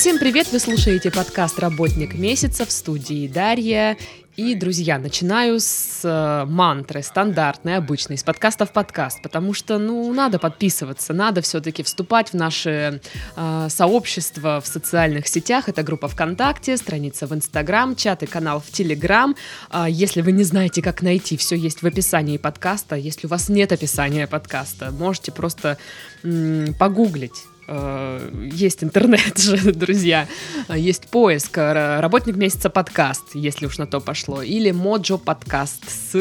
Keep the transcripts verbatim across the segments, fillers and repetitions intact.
Всем привет! Вы слушаете подкаст «Работник месяца», в студии Дарья. И, друзья, начинаю с э, мантры, стандартной, обычной, с подкаста в подкаст, потому что, ну, надо подписываться, надо все-таки вступать в наше э, сообщество в социальных сетях. Это группа ВКонтакте, страница в Инстаграм, чат и канал в Телеграм. Э, если вы не знаете, как найти, все есть в описании подкаста. Если у вас нет описания подкаста, можете просто м- погуглить. Есть интернет же, друзья, есть поиск «Работник месяца подкаст», если уж на то пошло, или «Моджо подкаст».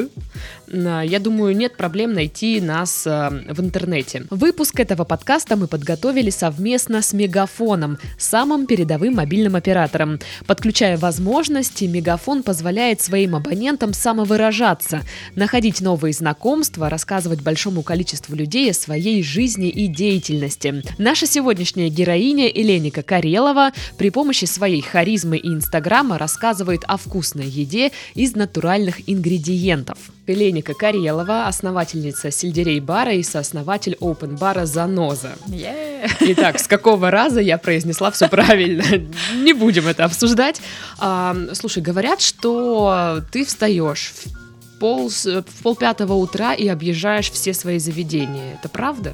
Я думаю, нет проблем найти нас в интернете. Выпуск этого подкаста мы подготовили совместно с Мегафоном, самым передовым мобильным оператором. Подключая возможности, Мегафон позволяет своим абонентам самовыражаться, находить новые знакомства, рассказывать большому количеству людей о своей жизни и деятельности. Наша сегодняшняя героиня Эленика Карелова при помощи своей харизмы и инстаграма рассказывает о вкусной еде из натуральных ингредиентов. Эленика Карелова, основательница сельдерей-бара и сооснователь оупен-бара «Заноза». Yeah. Итак, с какого раза я произнесла все правильно? Не будем это обсуждать. А, слушай, говорят, что ты встаешь в Пол, в полпятого утра и объезжаешь все свои заведения. Это правда?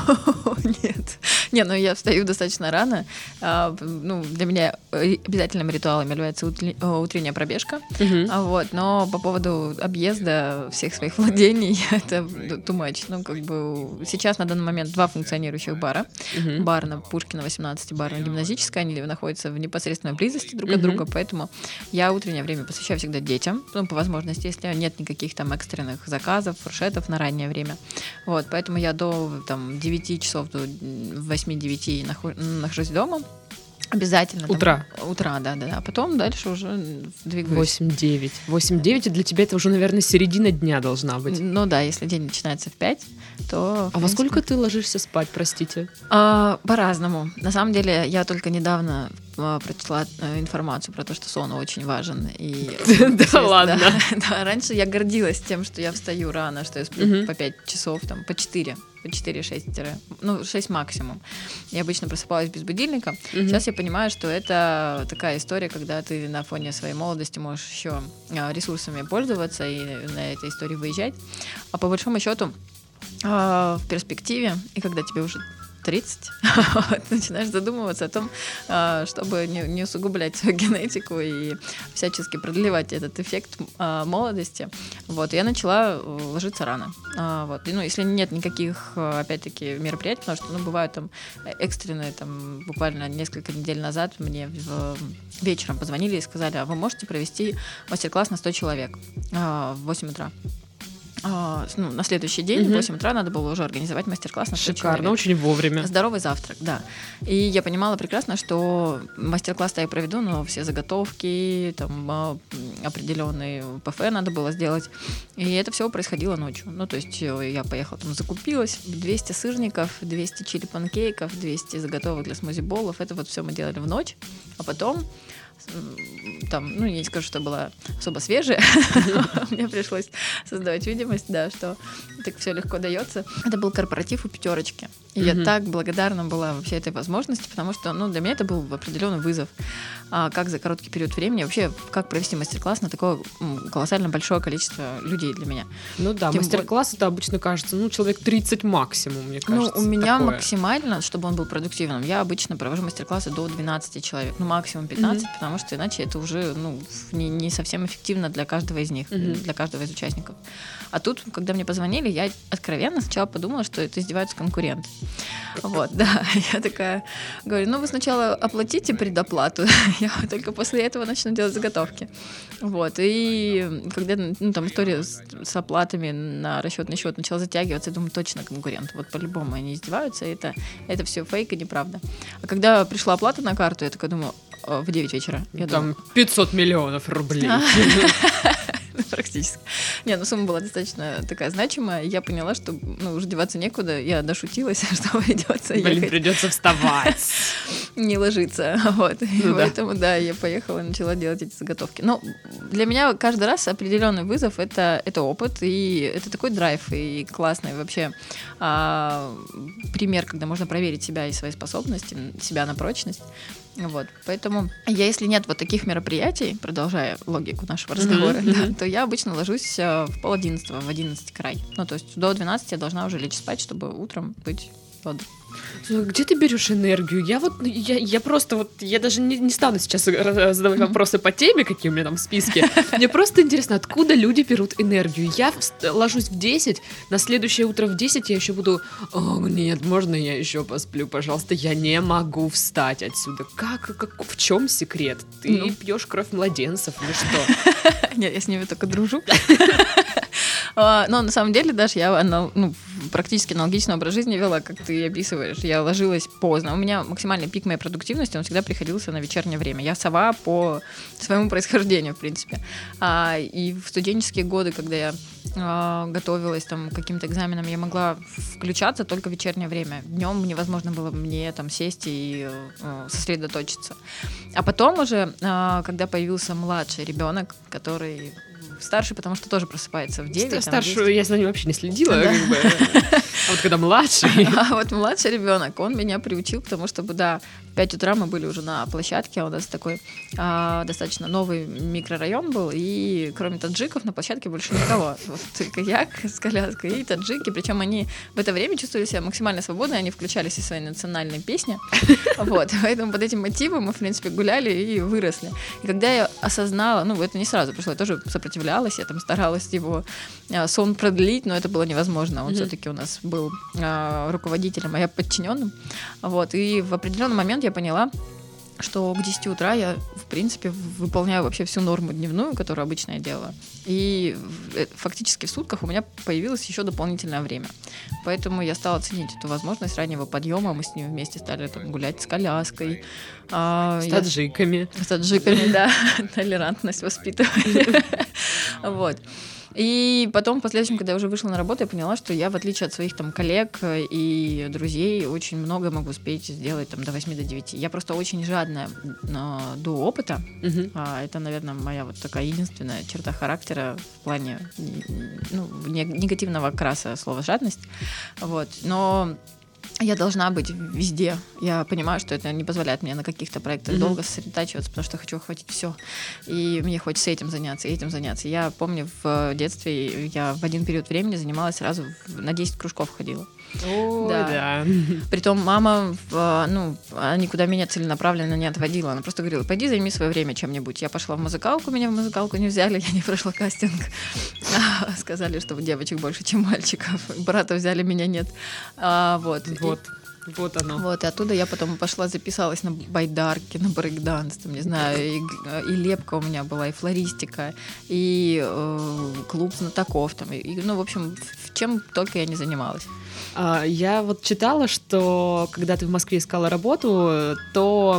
Нет. Не, ну я встаю достаточно рано. А, ну, для меня обязательным ритуалом является утли, утренняя пробежка. Uh-huh. А, вот, но по поводу объезда всех своих владений, это too much. Ну, как бы сейчас на данный момент два функционирующих бара. Uh-huh. Бар на Пушкина восемнадцать и бар на Гимназической. Они находятся в непосредственной близости друг от uh-huh. друга, поэтому я утреннее время посвящаю всегда детям. Ну, по возможности, если нет никаких каких там экстренных заказов, фуршетов на раннее время. Вот, поэтому я до там, девяти часов, до восьми-девяти нахожусь дома. Обязательно. Утра? Там, утра, да-да-да. А потом дальше уже двигаюсь. восемь-девять. восемь-девять, и для тебя это уже, наверное, середина дня должна быть. Ну да, если день начинается в пять, то... А во сколько ты ложишься спать, простите? А, по-разному. На самом деле, я только недавно прочла информацию про то, что сон очень важен. Да ладно? Раньше я гордилась тем, что я встаю рано, что я сплю по пять часов, там, по четыре. по четыре-шесть, ну, шесть максимум. Я обычно просыпалась без будильника. Mm-hmm. Сейчас я понимаю, что это такая история, когда ты на фоне своей молодости можешь еще ресурсами пользоваться и на этой истории выезжать. А по большому счету, в перспективе, и когда тебе уже тридцать, начинаешь задумываться о том, чтобы не, не усугублять свою генетику и всячески продлевать этот эффект молодости. Вот, я начала ложиться рано. Вот. И, ну, если нет никаких, опять-таки, мероприятий, потому что, ну, бывают там экстренные, там, буквально несколько недель назад мне в, вечером позвонили и сказали, а вы можете провести мастер-класс на сто человек в восемь утра? А, ну, на следующий день, в восемь утра, надо было уже организовать мастер-класс на сто Шикарно, человек. очень вовремя. Здоровый завтрак, да. И я понимала прекрасно, что мастер-класс-то я проведу, но все заготовки, там, определенный ПФ надо было сделать. И это все происходило ночью. Ну, то есть я поехала, там, закупилась, двести сырников, двести чили-панкейков, двести заготовок для смузи-боллов. Это вот все мы делали в ночь. А потом там, ну, я не скажу, что была особо свежая, мне пришлось создавать видимость, да, что так все легко дается. Это был корпоратив у пятерочки. И я так благодарна была вообще этой возможности, потому что, ну, для меня это был определенный вызов. А как за короткий период времени, вообще, как провести мастер-класс на такое колоссально большое количество людей для меня. Ну да, Тем мастер-класс более... это обычно кажется, ну, человек тридцать максимум, мне кажется. Ну, у меня такое. Максимально, чтобы он был продуктивным, я обычно провожу мастер-классы до двенадцати человек, ну, максимум пятнадцать, mm-hmm. потому что иначе это уже, ну, не, не совсем эффективно для каждого из них, mm-hmm. для каждого из участников. А тут, когда мне позвонили, я откровенно сначала подумала, что это издеваются конкуренты. Вот, да, я такая говорю, ну, вы сначала оплатите предоплату, я только после этого начну делать заготовки. Вот, и когда, ну, там история с, с оплатами на расчетный счет начала затягиваться, я думаю, точно конкурент. Вот по-любому они издеваются, это, это все фейк и неправда. А когда пришла оплата на карту, я такая думаю, в девять вечера. Я там думаю, пятьсот миллионов рублей. Практически. Не, ну сумма была достаточно такая значимая. Я поняла, что, ну, уже деваться некуда. Я дошутилась, что придется ехать. Блин, придется вставать. Не ложиться. Вот. Ну, и да. поэтому, да, я поехала и начала делать эти заготовки. Но для меня каждый раз определенный вызов это, это опыт, и это такой драйв, и классный вообще а, пример, когда можно проверить себя и свои способности, себя на прочность. Вот, поэтому я, если нет вот таких мероприятий, продолжая логику нашего разговора, mm-hmm. да, то я обычно ложусь в пол одиннадцатого, в одиннадцать край. Ну, то есть до двенадцати я должна уже лечь спать, чтобы утром быть бодрой. Где ты берешь энергию? Я вот, я, я просто вот, я даже не, не стану сейчас задавать вопросы по теме, какие у меня там в списке. Мне просто интересно, откуда люди берут энергию. Я ложусь в десять, на следующее утро в десять я еще буду, о, нет, можно я еще посплю, пожалуйста, я не могу встать отсюда. Как, как в чем секрет? Ты ну. пьешь кровь младенцев или что? Нет, я с ними только дружу. Но на самом деле, Даш, я ну, практически аналогичный образ жизни вела, как ты описываешь. Я ложилась поздно. У меня максимальный пик моей продуктивности, он всегда приходился на вечернее время. Я сова по своему происхождению, в принципе. А, и в студенческие годы, когда я а, готовилась там, к каким-то экзаменам, я могла включаться только в вечернее время. Днем невозможно было мне там сесть и а, сосредоточиться. А потом уже, а, когда появился младший ребенок, который... Старший, потому что тоже просыпается в девять. Старшую я за ним вообще не следила. Да. Как бы. А вот когда младший... А вот младший ребенок, он меня приучил к тому, чтобы, да, в пять утра мы были уже на площадке, а у нас такой а, достаточно новый микрорайон был, и кроме таджиков на площадке больше никого. Вот только я с коляской и таджики, причем они в это время чувствовали себя максимально свободно, они включали все свои национальные песни. Вот, поэтому под этим мотивом мы, в принципе, гуляли и выросли. И когда я осознала, ну, это не сразу пришло, я тоже сопротивлялась, я там старалась его а, сон продлить, но это было невозможно. Он mm-hmm. все-таки у нас был а, руководителем, а я подчиненным. Вот, и в определенный момент я поняла, что к десяти утра я, в принципе, выполняю вообще всю норму дневную, которую обычно я делаю. И фактически в сутках у меня появилось еще дополнительное время. Поэтому я стала ценить эту возможность раннего подъема. Мы с ним вместе стали там, гулять с коляской. С таджиками. С таджиками, да. Толерантность воспитывали. Вот. И потом, в последующем, когда я уже вышла на работу, я поняла, что я, в отличие от своих там коллег и друзей, очень много могу успеть сделать там до восьми, до девяти. Я просто очень жадная но, до опыта. Uh-huh. А, это, наверное, моя вот такая единственная черта характера в плане ну, негативного окраса слова «жадность». Вот. Но я должна быть везде. Я понимаю, что это не позволяет мне на каких-то проектах mm-hmm. долго сосредотачиваться, потому что хочу охватить все. И мне хочется этим заняться, этим заняться. Я помню, в детстве я в один период времени занималась сразу, на десять кружков ходила. О, да. да. Притом мама, ну, она никуда меня целенаправленно не отводила. Она просто говорила, пойди займи свое время чем-нибудь. Я пошла в музыкалку, меня в музыкалку не взяли, я не прошла кастинг. Сказали, что девочек больше, чем мальчиков. Брата взяли, меня нет. А, вот. Вот. Вот оно. Вот, и оттуда я потом пошла, записалась на байдарки, на брейк-данс, там, не знаю, и, и лепка у меня была, и флористика, и э, клуб знатоков, там, и, ну, в общем, чем только я не занималась. Я вот читала, что когда ты в Москве искала работу, то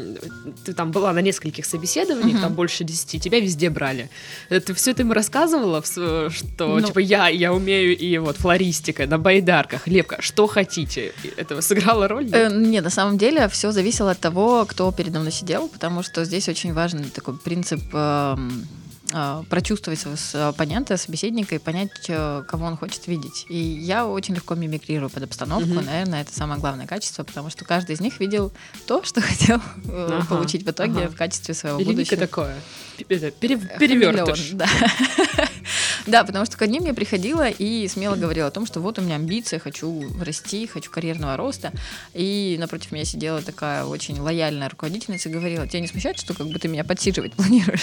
ты там была на нескольких собеседованиях, uh-huh. там больше десяти, тебя везде брали. Ты все это им рассказывала, что ну, типа я, я умею и вот флористика, на байдарках, лепка, что хотите? Это сыграло роль? Нет? Э, нет, на самом деле все зависело от того, кто передо мной сидел, потому что здесь очень важный такой принцип э, прочувствовать своего оппонента, собеседника и понять, кого он хочет видеть. И я очень легко мимикрирую под обстановку. Mm-hmm. Наверное, это самое главное качество, потому что каждый из них видел то, что хотел ага. получить в итоге ага. в качестве своего Великое будущего. такое. Это, пере, перевертыш. Да. Да, потому что к одним я приходила и смело говорила о том, что вот у меня амбиции, хочу расти, хочу карьерного роста. И напротив меня сидела такая очень лояльная руководительница и говорила, тебя не смущает, что как бы ты меня подсиживать планируешь?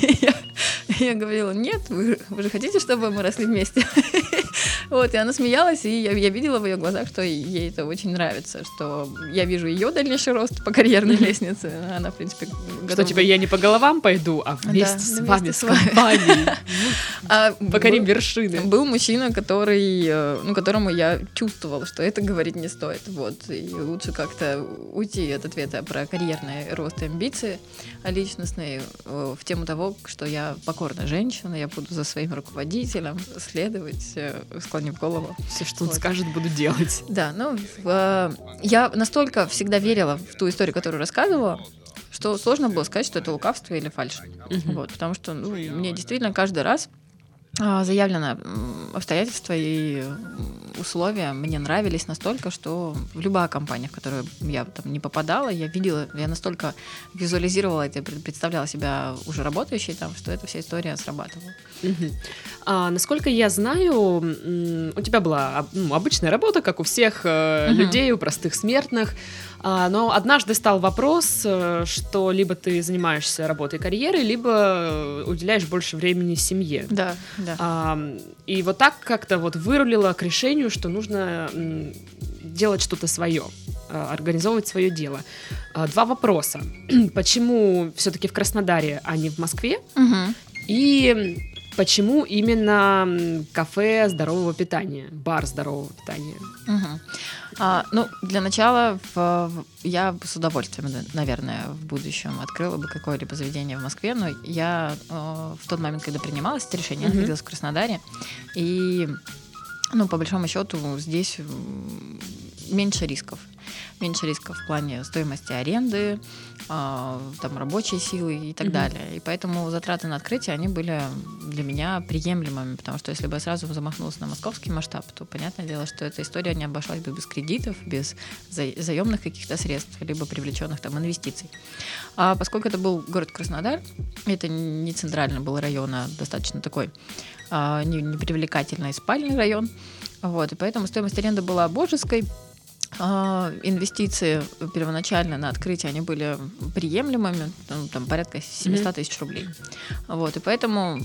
Я говорила, нет, вы, вы же хотите, чтобы мы росли вместе? Вот, и она смеялась, и я, я видела в ее глазах, что ей это очень нравится, что я вижу ее дальнейший рост по карьерной лестнице. Она, в принципе, готова... Что, типа, я не по головам пойду, а вместе да, с вами, вместе с компанией. А, покорим был, вершины. Был мужчина, который, ну, которому я чувствовала, что это говорить не стоит. Вот, и лучше как-то уйти от ответа про карьерный рост и амбиции личностные в тему того, что я покорная женщина, я буду за своим руководителем следовать, склонив голову. Все, что он вот. скажет, буду делать. Да, ну, э, я настолько всегда верила в ту историю, которую рассказывала, что сложно было сказать, что это лукавство или фальшь. Uh-huh. Вот, потому что ну, мне действительно каждый раз заявлено обстоятельства и условия мне нравились настолько, что в любая компания, в которую я там не попадала, я видела, я настолько визуализировала это, представляла себя уже работающей там, что эта вся история срабатывала. Угу. А, насколько я знаю, у тебя была ну, обычная работа, как у всех э, угу. людей, у простых смертных. Но однажды стал вопрос, что либо ты занимаешься работой и карьерой, либо уделяешь больше времени семье. Да, да. И вот так как-то вот вырулила к решению, что нужно делать что-то свое, организовывать свое дело. Два вопроса. Почему все-таки в Краснодаре, а не в Москве? Угу. И почему именно кафе здорового питания, бар здорового питания? Угу. А, ну, для начала в, в, я с удовольствием, наверное, в будущем открыла бы какое-либо заведение в Москве, но я э, в тот момент, когда принималось это решение, я находилась в Краснодаре, и, ну, по большому счету, здесь меньше рисков. Меньше рисков в плане стоимости аренды, э, там, рабочей силы и так mm-hmm. далее. И поэтому затраты на открытие, они были для меня приемлемыми, потому что если бы я сразу замахнулась на московский масштаб, то, понятное дело, что эта история не обошлась бы без кредитов, без за- заемных каких-то средств, либо привлеченных там инвестиций. А поскольку это был город Краснодар, это не центральный был район, а достаточно такой а, непривлекательный спальный район, вот, и поэтому стоимость аренды была божеской. Инвестиции первоначально на открытие, они были приемлемыми, ну, там порядка семьсот тысяч рублей. Вот, и поэтому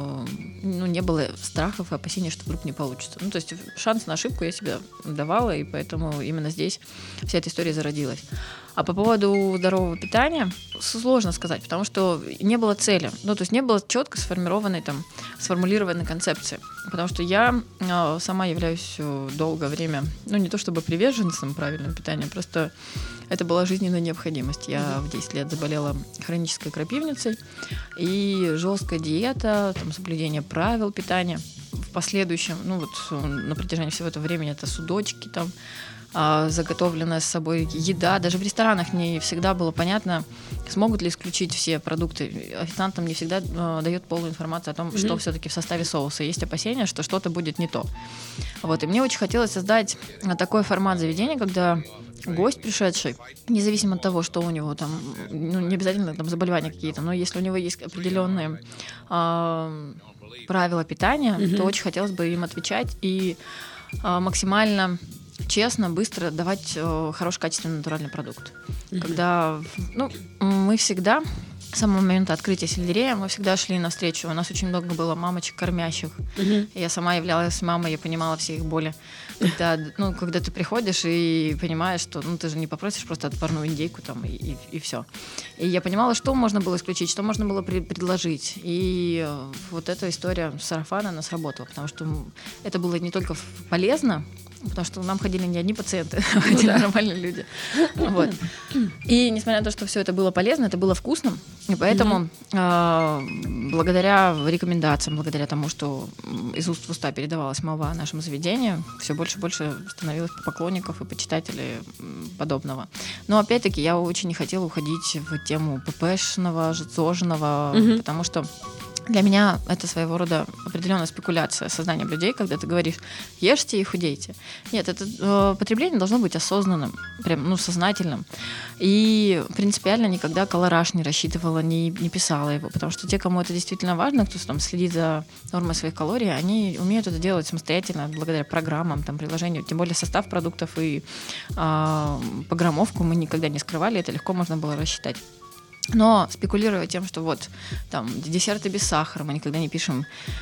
ну, не было страхов и опасений, что вдруг не получится. Ну, то есть шанс на ошибку я себе давала, и поэтому именно здесь вся эта история зародилась. А по поводу здорового питания сложно сказать, потому что не было цели. Ну, то есть не было четко сформированной, там, сформулированной концепции. Потому что я э, сама являюсь долгое время, ну, не то чтобы приверженцем правильного питания, просто это была жизненная необходимость. Я mm-hmm. в десять лет заболела хронической крапивницей, и жесткая диета, там, соблюдение правил питания. В последующем, ну, вот на протяжении всего этого времени это судочки, там, заготовленная с собой еда. Даже в ресторанах не всегда было понятно, смогут ли исключить все продукты. Официант не всегда э, дает полную информацию о том, mm-hmm. что все-таки в составе соуса. Есть опасения, что что-то будет не то. Вот. И мне очень хотелось создать такой формат заведения, когда гость, пришедший, независимо от того, что у него там, ну, не обязательно там заболевания какие-то, но если у него есть определенные э, правила питания, mm-hmm. то очень хотелось бы им отвечать и э, максимально честно, быстро давать э, хороший, качественный, натуральный продукт. Mm-hmm. Когда, ну, мы всегда, с самого момента открытия сельдерея, мы всегда шли навстречу. У нас очень много было мамочек кормящих. Mm-hmm. Я сама являлась мамой, я понимала все их боли. Когда, ну, когда ты приходишь и понимаешь, что ну, ты же не попросишь просто отварную индейку там, и, и, и все. И я понимала, что можно было исключить, что можно было при- предложить. И вот эта история сарафана, она сработала, потому что это было не только полезно, потому что нам ходили не одни пациенты, а ходили нормальные люди. Вот. И несмотря на то, что все это было полезно, это было вкусно. И поэтому mm-hmm. э, благодаря рекомендациям, благодаря тому, что из уст в уста передавалась молва нашему заведению, все больше и больше становилось поклонников и почитателей подобного. Но опять-таки я очень не хотела уходить в тему ППшного, ЖЗОжного, mm-hmm. потому что для меня это своего рода определенная спекуляция сознанием людей, когда ты говоришь «ешьте и худейте». Нет, это э, потребление должно быть осознанным, прям, ну, сознательным. И принципиально никогда колораж не рассчитывала, не, не писала его, потому что те, кому это действительно важно, кто там следит за нормой своих калорий, они умеют это делать самостоятельно, благодаря программам, там, приложению. Тем более состав продуктов и э, программовку мы никогда не скрывали, это легко можно было рассчитать. Но спекулируя тем, что вот там десерты без сахара, мы никогда не пишем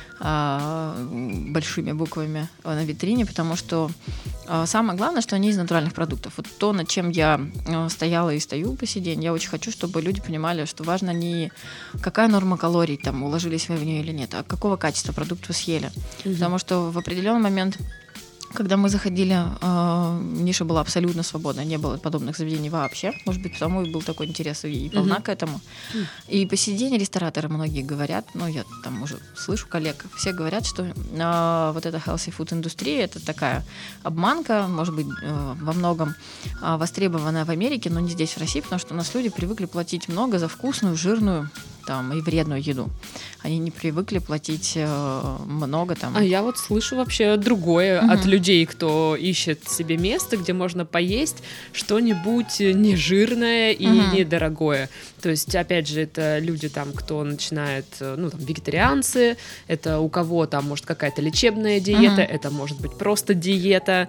а, большими буквами на витрине, потому что а, самое главное, что они из натуральных продуктов. Вот то, над чем я а, стояла и стою по сей день, я очень хочу, чтобы люди понимали, что важно не какая норма калорий там уложились вы в нее или нет, а какого качества продукт вы съели. Mm-hmm. Потому что в определенный момент, когда мы заходили, э, ниша была абсолютно свободна, не было подобных заведений вообще. Может быть, потому и был такой интерес и волна mm-hmm. к этому. Mm-hmm. И по сей день рестораторы многие говорят, ну, я там уже слышу коллег, все говорят, что э, вот эта healthy food индустрия — это такая обманка, может быть, э, во многом э, востребованная в Америке, но не здесь, в России, потому что у нас люди привыкли платить много за вкусную, жирную там, и вредную еду. они не привыкли платить э, много там. А я вот слышу вообще другое угу. от людей, кто ищет себе место, где можно поесть что-нибудь нежирное и угу. недорогое. То есть, опять же, это люди там, кто начинает, ну, там, вегетарианцы, это у кого там, может, какая-то лечебная диета, угу. это может быть просто диета,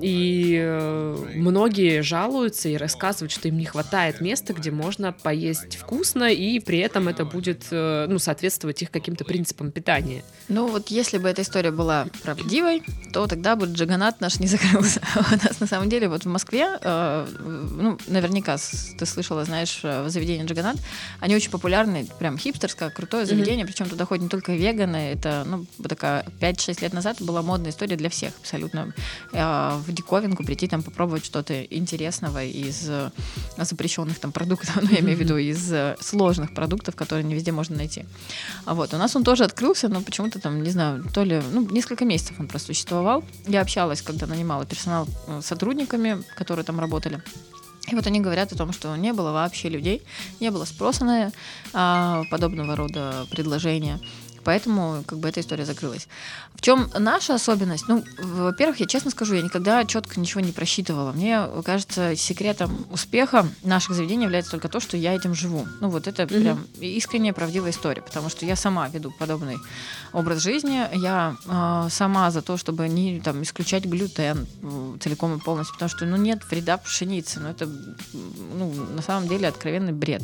и э, многие жалуются и рассказывают, что им не хватает места, где можно поесть вкусно, и при этом это будет, э, ну, соответствовать их каким-то принципам питания. Ну, вот если бы эта история была правдивой, то тогда бы Джаганат наш не закрылся. У нас, на самом деле, вот в Москве, э, ну, наверняка ты слышала, знаешь, заведение Джаганат, они очень популярны, прям хипстерское, крутое заведение, mm-hmm. причем туда ходят не только веганы, это, ну, такая пять-шесть лет назад была модная история для всех абсолютно. Э, в диковинку прийти там попробовать что-то интересного из запрещенных там продуктов, ну, я имею в виду из сложных продуктов, которые не везде можно найти. А вот, у нас он тоже открылся, но почему-то там, не знаю, то ли, ну, несколько месяцев он просто существовал. Я общалась, когда нанимала персонал с сотрудниками, которые там работали. И вот они говорят о том, что не было вообще людей, не было спроса на а, подобного рода предложения. Поэтому как бы эта история закрылась. В чем наша особенность? Ну, во-первых, я честно скажу, я никогда четко ничего не просчитывала. Мне кажется, секретом успеха наших заведений является только то, что я этим живу. Ну, вот это mm-hmm. прям искренняя, правдивая история, потому что я сама веду подобный образ жизни. Я э, сама за то, чтобы не там, исключать глютен э, целиком и полностью, потому что, ну, нет вреда пшеницы. Ну, это, ну, на самом деле откровенный бред.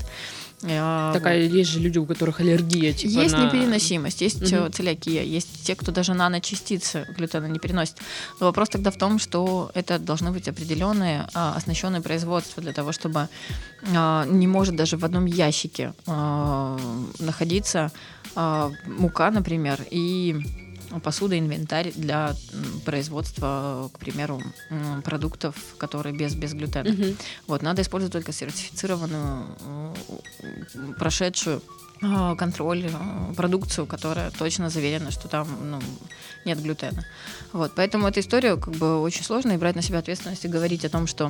Такая есть же люди, у которых аллергия. Типа есть на... непереносимость, есть угу. целиакия, есть те, кто даже наночастицы глютена не переносит. Но вопрос тогда в том, что это должны быть определенные а, оснащенные производства для того, чтобы а, не может даже в одном ящике а, находиться а, мука, например, и посуда, инвентарь для производства, к примеру, продуктов, которые без, без глютена. Uh-huh. Вот, надо использовать только сертифицированную, прошедшую контроль продукцию, которая точно заверена, что там, ну, нет глютена. Вот, поэтому эта история как бы очень сложная, и брать на себя ответственность и говорить о том, что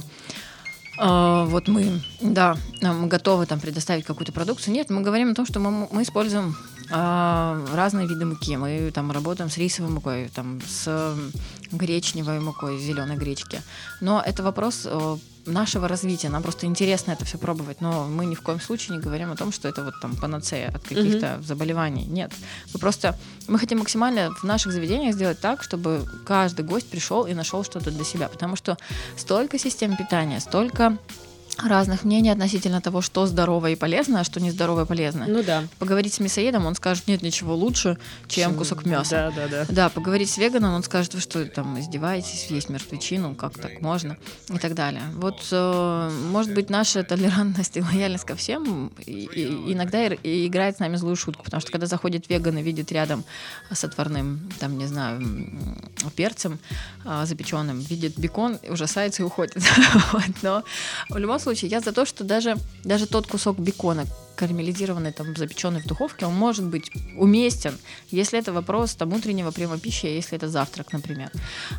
Uh, вот мы, да, мы готовы там предоставить какую-то продукцию. Нет, мы говорим о том, что мы, мы используем uh, разные виды муки. Мы там работаем с рисовой мукой, там, с гречневой мукой, зеленой гречки. Но это вопрос uh, нашего развития. Нам просто интересно это все пробовать. Но мы ни в коем случае не говорим о том, что это вот там панацея от каких-то mm-hmm. заболеваний. Нет. Мы просто мы хотим максимально в наших заведениях сделать так, чтобы каждый гость пришел и нашел что-то для себя. Потому что столько систем питания, столько разных мнений относительно того, что здорово и полезно, а что нездорово и полезно. Ну да. Поговорить с мясоедом, он скажет, нет ничего лучше, чем, чем кусок мяса. Да, да, да. Да, поговорить с веганом, он скажет, вы что, там, издеваетесь, есть мертвечину, как так можно, и так далее. Вот, э, может быть, наша толерантность и лояльность ко всем и, и, иногда и, и играет с нами злую шутку, потому что когда заходит веган и видит рядом с отварным, там, не знаю, перцем э, запеченным, видит бекон, ужасается и уходит. Но в любом случае, я за то, что даже, даже тот кусок бекона, карамелизированный, там, запеченный в духовке, он может быть уместен, если это вопрос там, утреннего приема пищи, если это завтрак, например.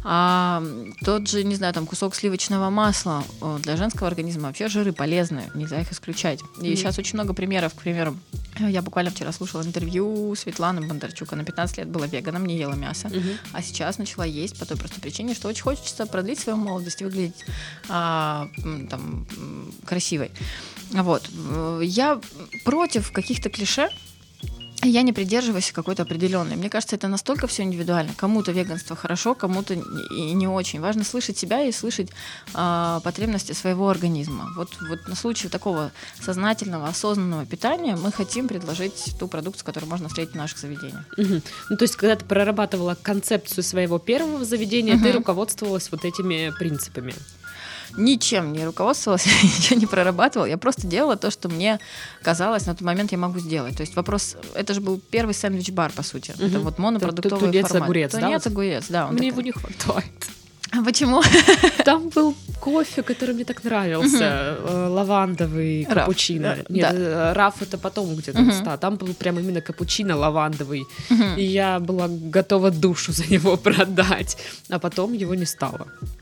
А тот же, не знаю, там, кусок сливочного масла для женского организма, вообще жиры полезны, нельзя их исключать. И mm-hmm. сейчас очень много примеров, к примеру, я буквально вчера слушала интервью Светланы Бондарчук, она пятнадцать лет была веганом, не ела мясо, mm-hmm. а сейчас начала есть по той простой причине, что очень хочется продлить свою молодость и выглядеть а, там, красивой. Вот. Я против каких-то клише, я не придерживаюсь какой-то определенной. Мне кажется, это настолько все индивидуально. Кому-то веганство хорошо, кому-то и не очень. Важно слышать себя и слышать э, потребности своего организма. Вот, вот на случай такого сознательного, осознанного питания мы хотим предложить ту продукцию, которую можно встретить в наших заведениях. Угу. Ну, то есть, когда ты прорабатывала концепцию своего первого заведения, угу. ты руководствовалась вот этими принципами? Ничем не руководствовалась, ничего не прорабатывала. Я просто делала то, что мне казалось, на тот момент я могу сделать. То есть вопрос, это же был первый сэндвич-бар, по сути. Угу. Это вот монопродуктовый тунец, формат. Огурец, Тунец, да? огурец, да. Мне такой... его не хватает. А почему? Там был кофе, который мне так нравился, угу. лавандовый Раф. капучино. Да. Нет, да. Раф это потом где-то угу. стал. Там был прям именно капучино лавандовый. Угу. И я была готова душу за него продать. А потом его не стало.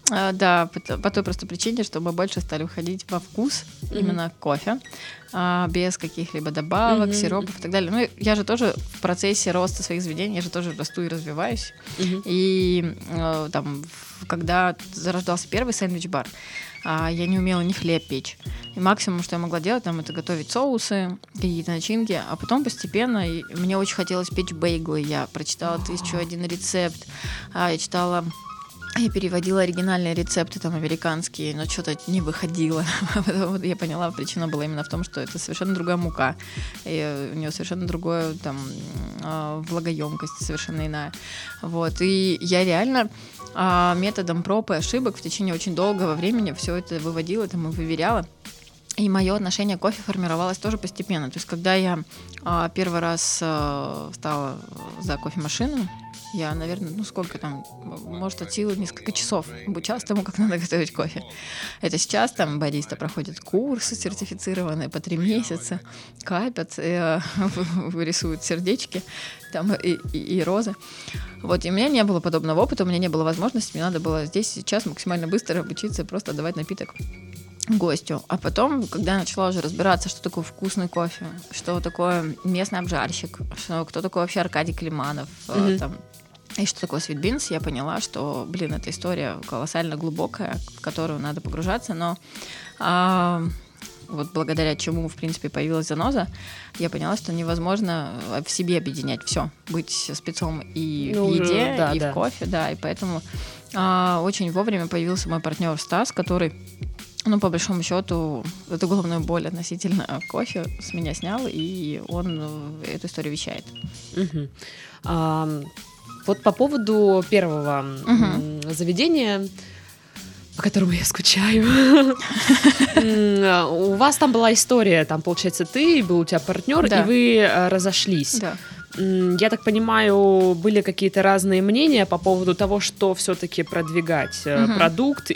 А, да, по, по той простой причине, что мы больше стали уходить во вкус mm-hmm. именно кофе, а, без каких-либо добавок, mm-hmm. сиропов и так далее. Ну, я же тоже в процессе роста своих заведений, я же тоже расту и развиваюсь. Mm-hmm. И а, там, когда зарождался первый сэндвич-бар, а, я не умела ни хлеб печь. И максимум, что я могла делать, там, это готовить соусы, какие-то начинки. А потом постепенно и мне очень хотелось печь бейглы. Я прочитала тысячу один рецепт. А, я читала... Я переводила оригинальные рецепты, там, американские, но что-то не выходило. Потом я поняла, причина была именно в том, что это совершенно другая мука. И у нее совершенно другая там влагоемкость, совершенно иная. Вот. И я реально методом проб и ошибок в течение очень долгого времени все это выводила, там, и выверяла. И мое отношение к кофе формировалось тоже постепенно. То есть, когда я первый раз стала за кофемашину, я, наверное, ну сколько там, может, от силы несколько часов обучалась тому, как надо готовить кофе. Это сейчас там бариста проходят курсы сертифицированные по три месяца, капят, и, рисуют сердечки там, и, и, и розы. Вот, и у меня не было подобного опыта, у меня не было возможности, мне надо было здесь сейчас максимально быстро обучиться, просто давать напиток гостю. А потом, когда я начала уже разбираться, что такое вкусный кофе, что такое местный обжарщик, что, кто такой вообще Аркадий Климанов, mm-hmm. там, и что такое Sweet Beans, я поняла, что, блин, эта история колоссально глубокая, в которую надо погружаться, но а, вот благодаря чему, в принципе, появилась заноза, я поняла, что невозможно в себе объединять все, быть спецом и ну, в еде, да, и да. в кофе, да, и поэтому а, очень вовремя появился мой партнер Стас, который, ну, по большому счету, эту головную боль относительно кофе с меня снял, и он эту историю вещает. Uh-huh. А, вот по поводу первого uh-huh. заведения, по которому я скучаю. У вас там была история, там, получается, ты, был у тебя партнер, и вы разошлись. Да. Я так понимаю, были какие-то разные мнения по поводу того, что все-таки продвигать, угу. продукт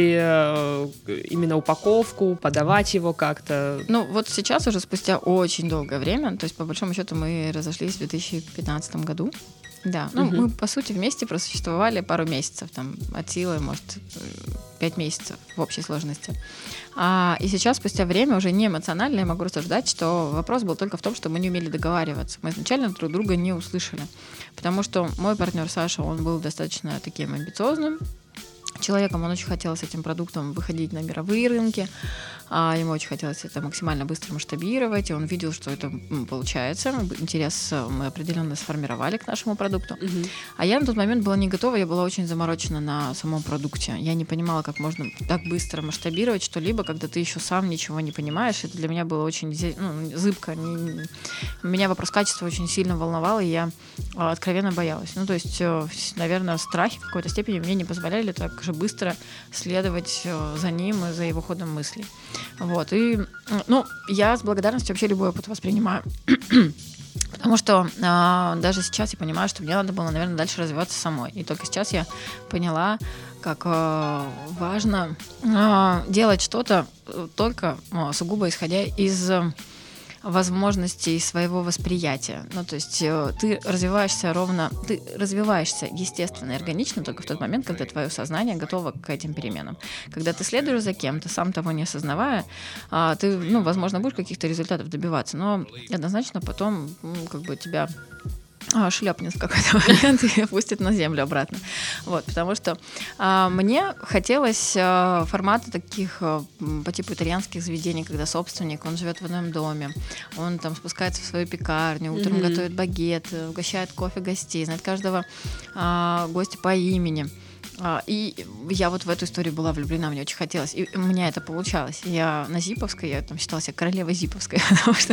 или именно упаковку, подавать его как-то. Ну вот сейчас уже спустя очень долгое время, то есть по большому счету мы разошлись в две тысячи пятнадцатом году. Да, ну угу. мы по сути вместе просуществовали пару месяцев, там от силы, может, пять месяцев в общей сложности. А, и сейчас, спустя время, уже не эмоционально я могу рассуждать, что вопрос был только в том, что мы не умели договариваться. Мы изначально друг друга не услышали. Потому что мой партнер Саша, он был достаточно таким амбициозным человеком, он очень хотел с этим продуктом выходить на мировые рынки, а ему очень хотелось это максимально быстро масштабировать, и он видел, что это получается. Интерес мы определенно сформировали к нашему продукту. Uh-huh. А я на тот момент была не готова, я была очень заморочена на самом продукте. Я не понимала, как можно так быстро масштабировать что-либо, когда ты еще сам ничего не понимаешь. Это для меня было очень ну, зыбко. Меня вопрос качества очень сильно волновал, и я откровенно боялась. Ну, то есть, наверное, страхи в какой-то степени мне не позволяли так же быстро следовать за ним и за его ходом мыслей. Вот, и, ну, я с благодарностью вообще любой опыт воспринимаю. Потому что а, даже сейчас я понимаю, что мне надо было, наверное, дальше развиваться самой. И только сейчас я поняла, как а, важно а, делать что-то только а, сугубо исходя из возможностей своего восприятия. Ну, то есть ты развиваешься ровно, ты развиваешься естественно и органично только в тот момент, когда твое сознание готово к этим переменам. Когда ты следуешь за кем-то, сам того не осознавая, ты, ну, возможно, будешь каких-то результатов добиваться, но однозначно потом, как бы, тебя шлепнет в какой-то момент и опустит на землю обратно. Вот, потому что а, мне хотелось а, формата таких а, по типу итальянских заведений, когда собственник, он живет в одном доме, он там спускается в свою пекарню, утром mm-hmm. готовит багет, угощает кофе гостей, знает каждого а, гостя по имени. И я вот в эту историю была влюблена, мне очень хотелось. И у меня это получалось. Я на Зиповской, я там считала себя королевой Зиповской, потому что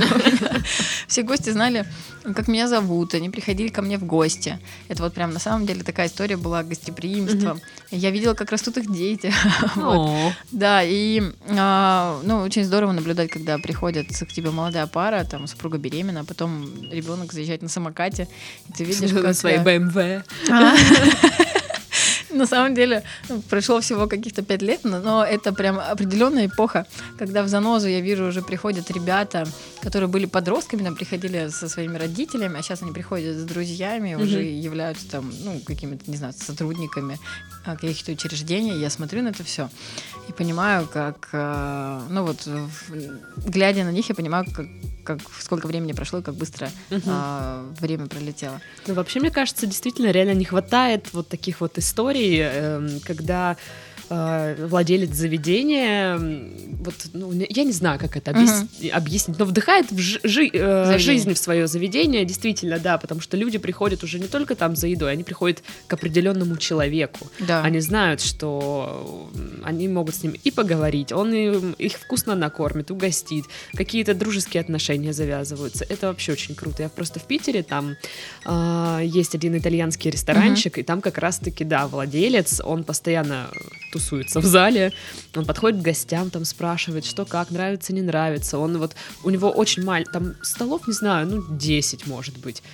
все гости знали, как меня зовут, они приходили ко мне в гости. Это вот прям на самом деле такая история была гостеприимства. Я видела, как растут их дети. Да, и ну, очень здорово наблюдать, когда приходят к тебе молодая пара, там супруга беременна, а потом ребенок заезжает на самокате, и ты видишь, как... На своей бэ эм вэ. На самом деле, ну, прошло всего каких-то пять лет, но, но это прям определенная эпоха, когда в занозу, я вижу, уже приходят ребята, которые были подростками, нам приходили со своими родителями, а сейчас они приходят с друзьями, mm-hmm. уже являются там, ну, какими-то, не знаю, сотрудниками каких-то учреждений. Я смотрю на это все и понимаю, как, ну вот, глядя на них, я понимаю, как, как сколько времени прошло и как быстро uh-huh. а, время пролетело. Ну, вообще, мне кажется, действительно реально не хватает вот таких вот историй, э, когда э, владелец заведения, вот, ну, я не знаю, как это объяс... uh-huh. объяснить, но вдыхает в жи- жи- э, жизнь в свое заведение, действительно, да, потому что люди приходят уже не только там за едой, они приходят к определенному человеку. Да. Они знают, что они могут с ним и поговорить, он их вкусно накормит, угостит, какие-то дружеские отношения завязываются. Это вообще очень круто. Я просто в Питере, там э, есть один итальянский ресторанчик, uh-huh. и там как раз-таки, да, владелец, он постоянно тусуется в зале, он подходит к гостям, там спрашивает, что как, нравится, не нравится. Он вот, у него очень мало, там столов, не знаю, ну, десять, может быть.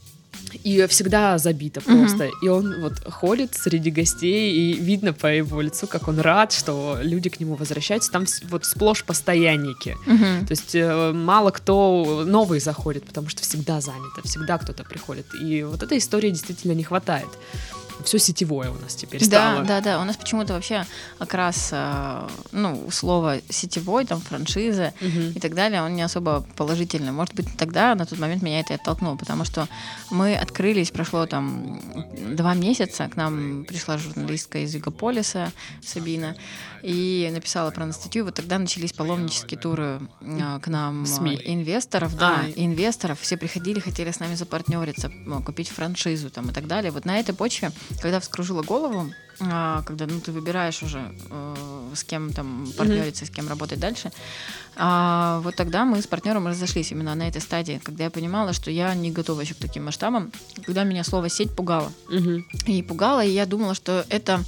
И всегда забито просто. Uh-huh. И он вот ходит среди гостей, и видно по его лицу, как он рад, что люди к нему возвращаются. Там вот сплошь постоянники. Uh-huh. То есть э, мало кто новый заходит, потому что всегда занято, всегда кто-то приходит. И вот этой истории действительно не хватает. Все сетевое у нас теперь стало. Да, да, да. У нас почему-то вообще как раз, ну, слово сетевой, там, франшиза uh-huh. и так далее, он не особо положительный. Может быть, тогда, на тот момент, меня это и оттолкнуло, потому что мы открылись, прошло там два месяца, к нам пришла журналистка из Югополиса, Сабина, и написала про нас статью. Вот тогда начались паломнические туры к нам СМИ. Инвесторов, да, а. инвесторов. Все приходили, хотели с нами запартнериться, купить франшизу там и так далее. Вот на этой почве, когда вскружила голову, когда, ну, ты выбираешь уже, с кем там партнериться, mm-hmm. с кем работать дальше, вот тогда мы с партнером разошлись именно на этой стадии, когда я понимала, что я не готова еще к таким масштабам, когда меня слово «сеть» пугало. Mm-hmm. И пугало, и я думала, что это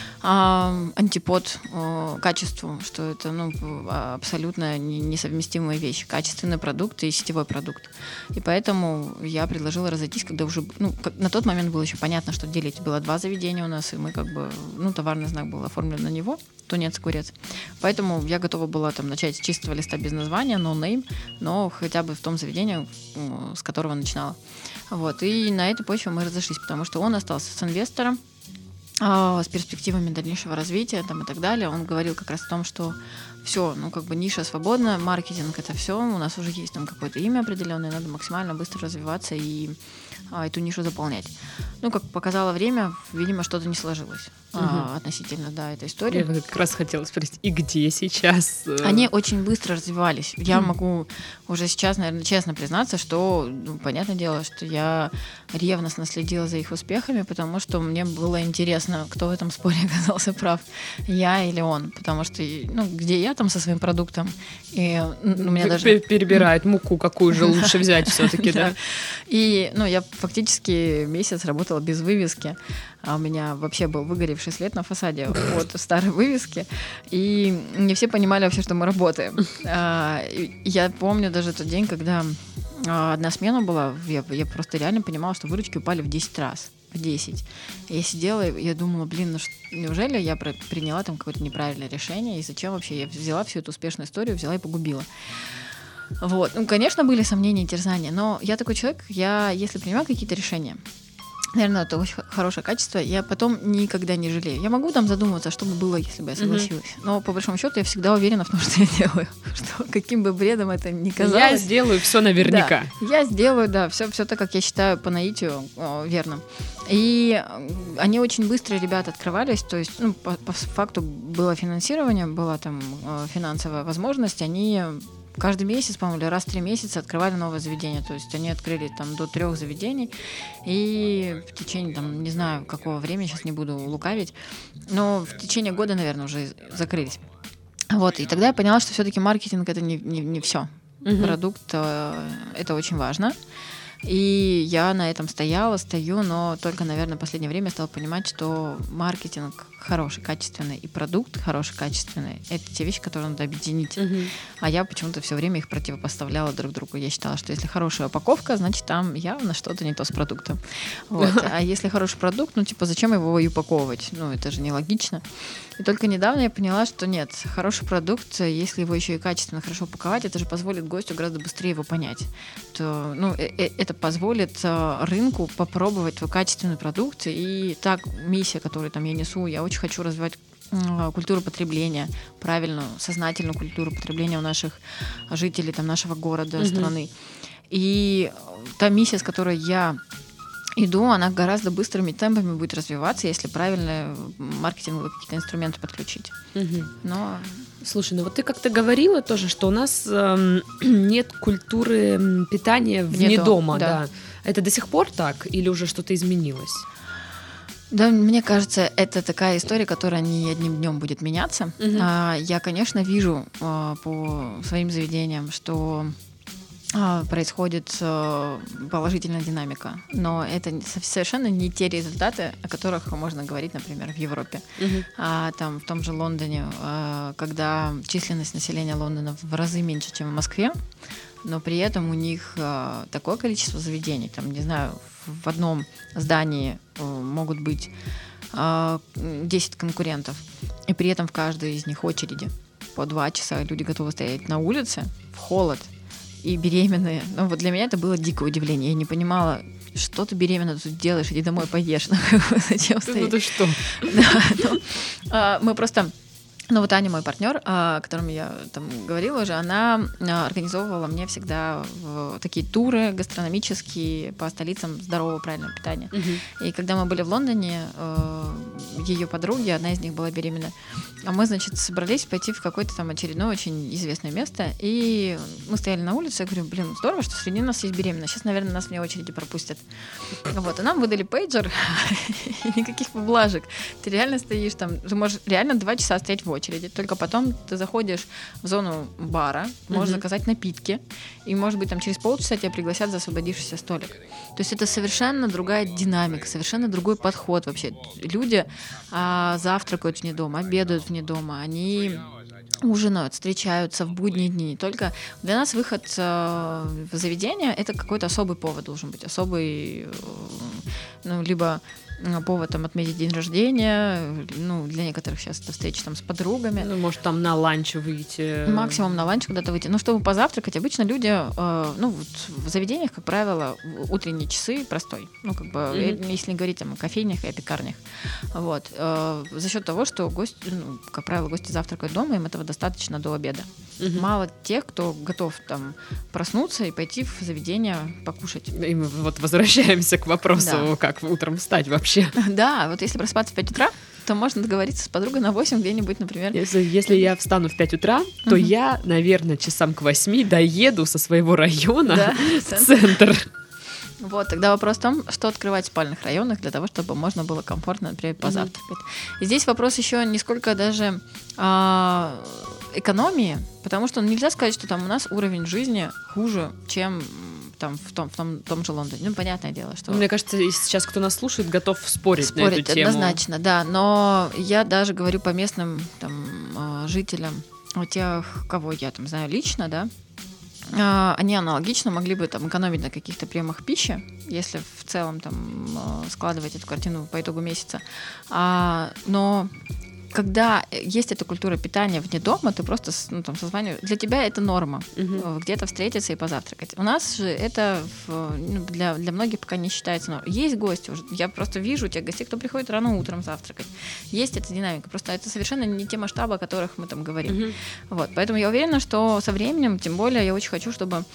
антипод э, качеству, что это, ну, абсолютно несовместимые вещи. Качественный продукт и сетевой продукт. И поэтому я предложила разойтись, когда уже, ну, на тот момент было еще понятно, что делить. Было два заведения у нас, и мы как бы, ну, товарный знак был оформлен на него, тунец, курец. Поэтому я готова была там начать с чистого листа без названия, no name, но хотя бы в том заведении, с которого начинала. Вот. И на этой почве мы разошлись, потому что он остался с инвестором, с перспективами дальнейшего развития там, и так далее. Он говорил как раз о том, что все, ну, как бы ниша свободна, маркетинг — это все, у нас уже есть там какое-то имя определенное, надо максимально быстро развиваться и а, эту нишу заполнять. Ну, как показало время, видимо, что-то не сложилось угу. а, относительно, да, этой истории. Я как раз хотела спросить, и где сейчас? Они очень быстро развивались. Я mm. могу уже сейчас, наверное, честно признаться, что, ну, понятное дело, что я ревностно следила за их успехами, потому что мне было интересно, кто в этом споре оказался прав, я или он, потому что, ну, где я там со своим продуктом, и ну, у меня даже... Перебирает муку, какую же лучше взять все-таки, да? И, ну, я фактически месяц работала без вывески, а у меня вообще был выгоревший след на фасаде от старой вывески, и не все понимали вообще, что мы работаем. Я помню даже тот день, когда одна смена была, я, я просто реально понимала, что выручки упали в десять раз. В десять. Я сидела, и я думала, блин, ну что, неужели я приняла там какое-то неправильное решение, и зачем вообще я взяла всю эту успешную историю, взяла и погубила. Вот. Ну, конечно, были сомнения и терзания, но я такой человек, я, если принимаю какие-то решения, наверное, это очень хорошее качество, я потом никогда не жалею. Я могу там задумываться, что бы было, если бы я согласилась. Mm-hmm. Но, по большому счету, я всегда уверена в том, что я делаю. Что каким бы бредом это ни казалось. Я сделаю все наверняка. Да, я сделаю, да, все, все так, как я считаю по наитию о, верным. И они очень быстро, ребята, открывались. То есть, ну, по, по факту было финансирование, была там финансовая возможность. Они... Каждый месяц, по-моему, или раз в три месяца открывали новое заведение. То есть они открыли там до трех заведений. И в течение, там, не знаю, какого времени, сейчас не буду лукавить, но в течение года, наверное, уже закрылись. Вот. И тогда я поняла, что все-таки маркетинг — это не, не, не все. Угу. Продукт э, — это очень важно. И я на этом стояла, стою, но только, наверное, в последнее время стала понимать, что маркетинг хороший, качественный, и продукт хороший, качественный, это те вещи, которые надо объединить. Угу. А я почему-то все время их противопоставляла друг другу. Я считала, что если хорошая упаковка, значит, там явно что-то не то с продуктом. Вот. А если хороший продукт, ну, типа, зачем его и упаковывать? Ну, это же нелогично. И только недавно я поняла, что нет, хороший продукт, если его еще и качественно хорошо упаковать, это же позволит гостю гораздо быстрее его понять. То, ну, это позволит рынку попробовать твой качественный продукт. И так миссия, которую там я несу, я очень хочу развивать культуру потребления, правильную, сознательную культуру потребления у наших жителей там, нашего города, mm-hmm. страны. И та миссия, с которой я иду, она гораздо быстрыми темпами будет развиваться, если правильно маркетинговые какие-то инструменты подключить. Mm-hmm. Но... Слушай, ну вот ты как-то говорила тоже, что у нас э, нет культуры питания вне, вне дома. Да. Да. Это до сих пор так или уже что-то изменилось? Да, мне кажется, это такая история, которая не одним днем будет меняться. Uh-huh. А, я, конечно, вижу а, по своим заведениям, что а, происходит а, положительная динамика, но это совершенно не те результаты, о которых можно говорить, например, в Европе. Uh-huh. А, там, в том же Лондоне, а, когда численность населения Лондона в разы меньше, чем в Москве, но при этом у них а, такое количество заведений, там, не знаю, в одном здании могут быть десять конкурентов, и при этом в каждой из них очереди по два часа люди готовы стоять на улице в холод, и беременные. Ну, вот для меня это было дикое удивление. Я не понимала, что ты беременна тут делаешь, иди домой поешь. Зачем стоять? Ну ты что? Мы просто... Ну вот Аня, мой партнер, о котором я там говорила уже, она организовывала мне всегда такие туры гастрономические по столицам здорового, правильного питания. Uh-huh. И когда мы были в Лондоне, ее подруги, одна из них была беременна, а мы, значит, собрались пойти в какое-то там очередное очень известное место, и мы стояли на улице, я говорю, блин, здорово, что среди нас есть беременная, сейчас, наверное, нас вне очереди пропустят. Вот, и нам выдали пейджер, никаких поблажек. Ты реально стоишь там, ты можешь реально два часа стоять в очереди, только потом ты заходишь в зону бара, можешь mm-hmm. заказать напитки, и, может быть, там через полчаса тебя пригласят за освободившийся столик. То есть это совершенно другая динамика, совершенно другой подход вообще. Люди а, завтракают вне дома, обедают вне дома, они ужинают, встречаются в будние дни. Не только для нас выход э, в заведение — это какой-то особый повод должен быть, особый, э, ну, либо повод там отметить день рождения, ну, для некоторых сейчас это встреча там с подругами. Ну, может, там на ланч выйти. Максимум на ланч куда-то выйти. Ну, чтобы позавтракать, обычно люди, э, ну, вот в заведениях, как правило, утренние часы простой. Ну, как бы, mm-hmm. если не говорить там, о кофейнях и о пекарнях. Вот. Э, за счет того, что гости, ну, как правило, гости завтракают дома, им этого достаточно до обеда. Mm-hmm. Мало тех, кто готов там проснуться и пойти в заведение покушать. И мы вот возвращаемся к вопросу, да. Как утром встать вообще. Да, вот если просыпаться в пять утра, то можно договориться с подругой на восемь где-нибудь, например. Если, если я встану в пять утра, то uh-huh. я, наверное, часам к восьми доеду со своего района да, в центр. Вот, тогда вопрос в том, что открывать в спальных районах для того, чтобы можно было комфортно, например, позавтракать. Mm-hmm. И здесь вопрос еще не сколько даже а, экономии, потому что нельзя сказать, что там у нас уровень жизни хуже, чем там в том, в том, в том же Лондоне. Ну, понятное дело, что... Мне кажется, сейчас кто нас слушает, готов спорить, спорить на эту тему. Однозначно, да. Но я даже говорю по местным там, жителям, тех, кого я там знаю лично, да, они аналогично могли бы там экономить на каких-то приемах пищи, если в целом там складывать эту картину по итогу месяца. А, но когда есть эта культура питания вне дома, ты просто ну, там, созваниваешь. Для тебя это норма. Uh-huh. Где-то встретиться и позавтракать. У нас же это в, ну, для, для многих пока не считается нормой. Есть гости уже. Я просто вижу тех гостей, кто приходит рано утром завтракать. Есть эта динамика. Просто это совершенно не те масштабы, о которых мы там говорим. Uh-huh. Вот. Поэтому я уверена, что со временем, тем более, я очень хочу, чтобы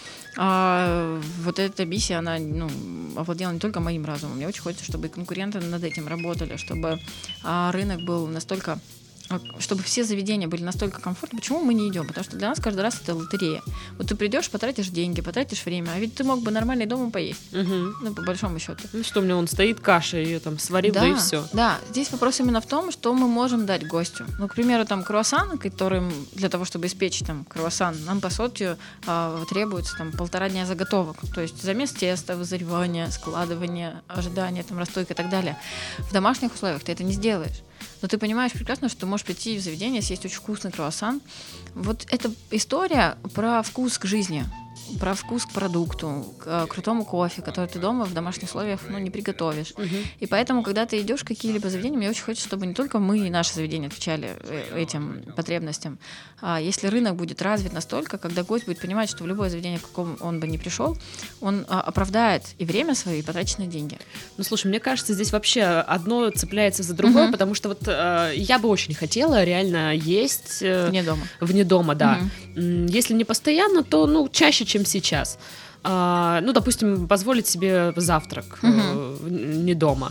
а, вот эта миссия, она ну, овладела не только моим разумом. Мне очень хочется, чтобы и конкуренты над этим работали, чтобы а, рынок был настолько чтобы все заведения были настолько комфортны. Почему мы не идем? Потому что для нас каждый раз это лотерея. Вот ты придешь, потратишь деньги, потратишь время, а ведь ты мог бы нормально дома поесть. Угу. Ну, по большому счету. Ну что, у меня он стоит, каша, ее там сварил, да, да и все. Да, здесь вопрос именно в том, что мы можем дать гостю. Ну, к примеру, там круассан, которым для того, чтобы испечь там круассан, нам, по сути, а, требуется там полтора дня заготовок. То есть замес теста, вызревание, складывание, ожидание, там, расстойка и так далее. В домашних условиях ты это не сделаешь. но ты понимаешь прекрасно, что ты можешь прийти в заведение, съесть очень вкусный круассан. Вот эта история про вкус к жизни, про вкус к продукту, к крутому кофе, который ты дома в домашних условиях, ну, не приготовишь. Uh-huh. И поэтому, когда ты идешь в какие-либо заведения, мне очень хочется, чтобы не только мы и наши заведения отвечали этим потребностям. А если рынок будет развит настолько, когда гость будет понимать, что в любое заведение, к какому он бы ни пришел, он оправдает и время свое, и потраченные деньги. Ну, слушай, мне кажется, здесь вообще одно цепляется за другое, uh-huh. потому что вот э, я бы очень хотела реально есть... Э, вне дома. Вне дома, да. Uh-huh. Если не постоянно, то, ну, чаще, чем сейчас. А, ну, допустим, позволить себе завтрак uh-huh. э, не дома.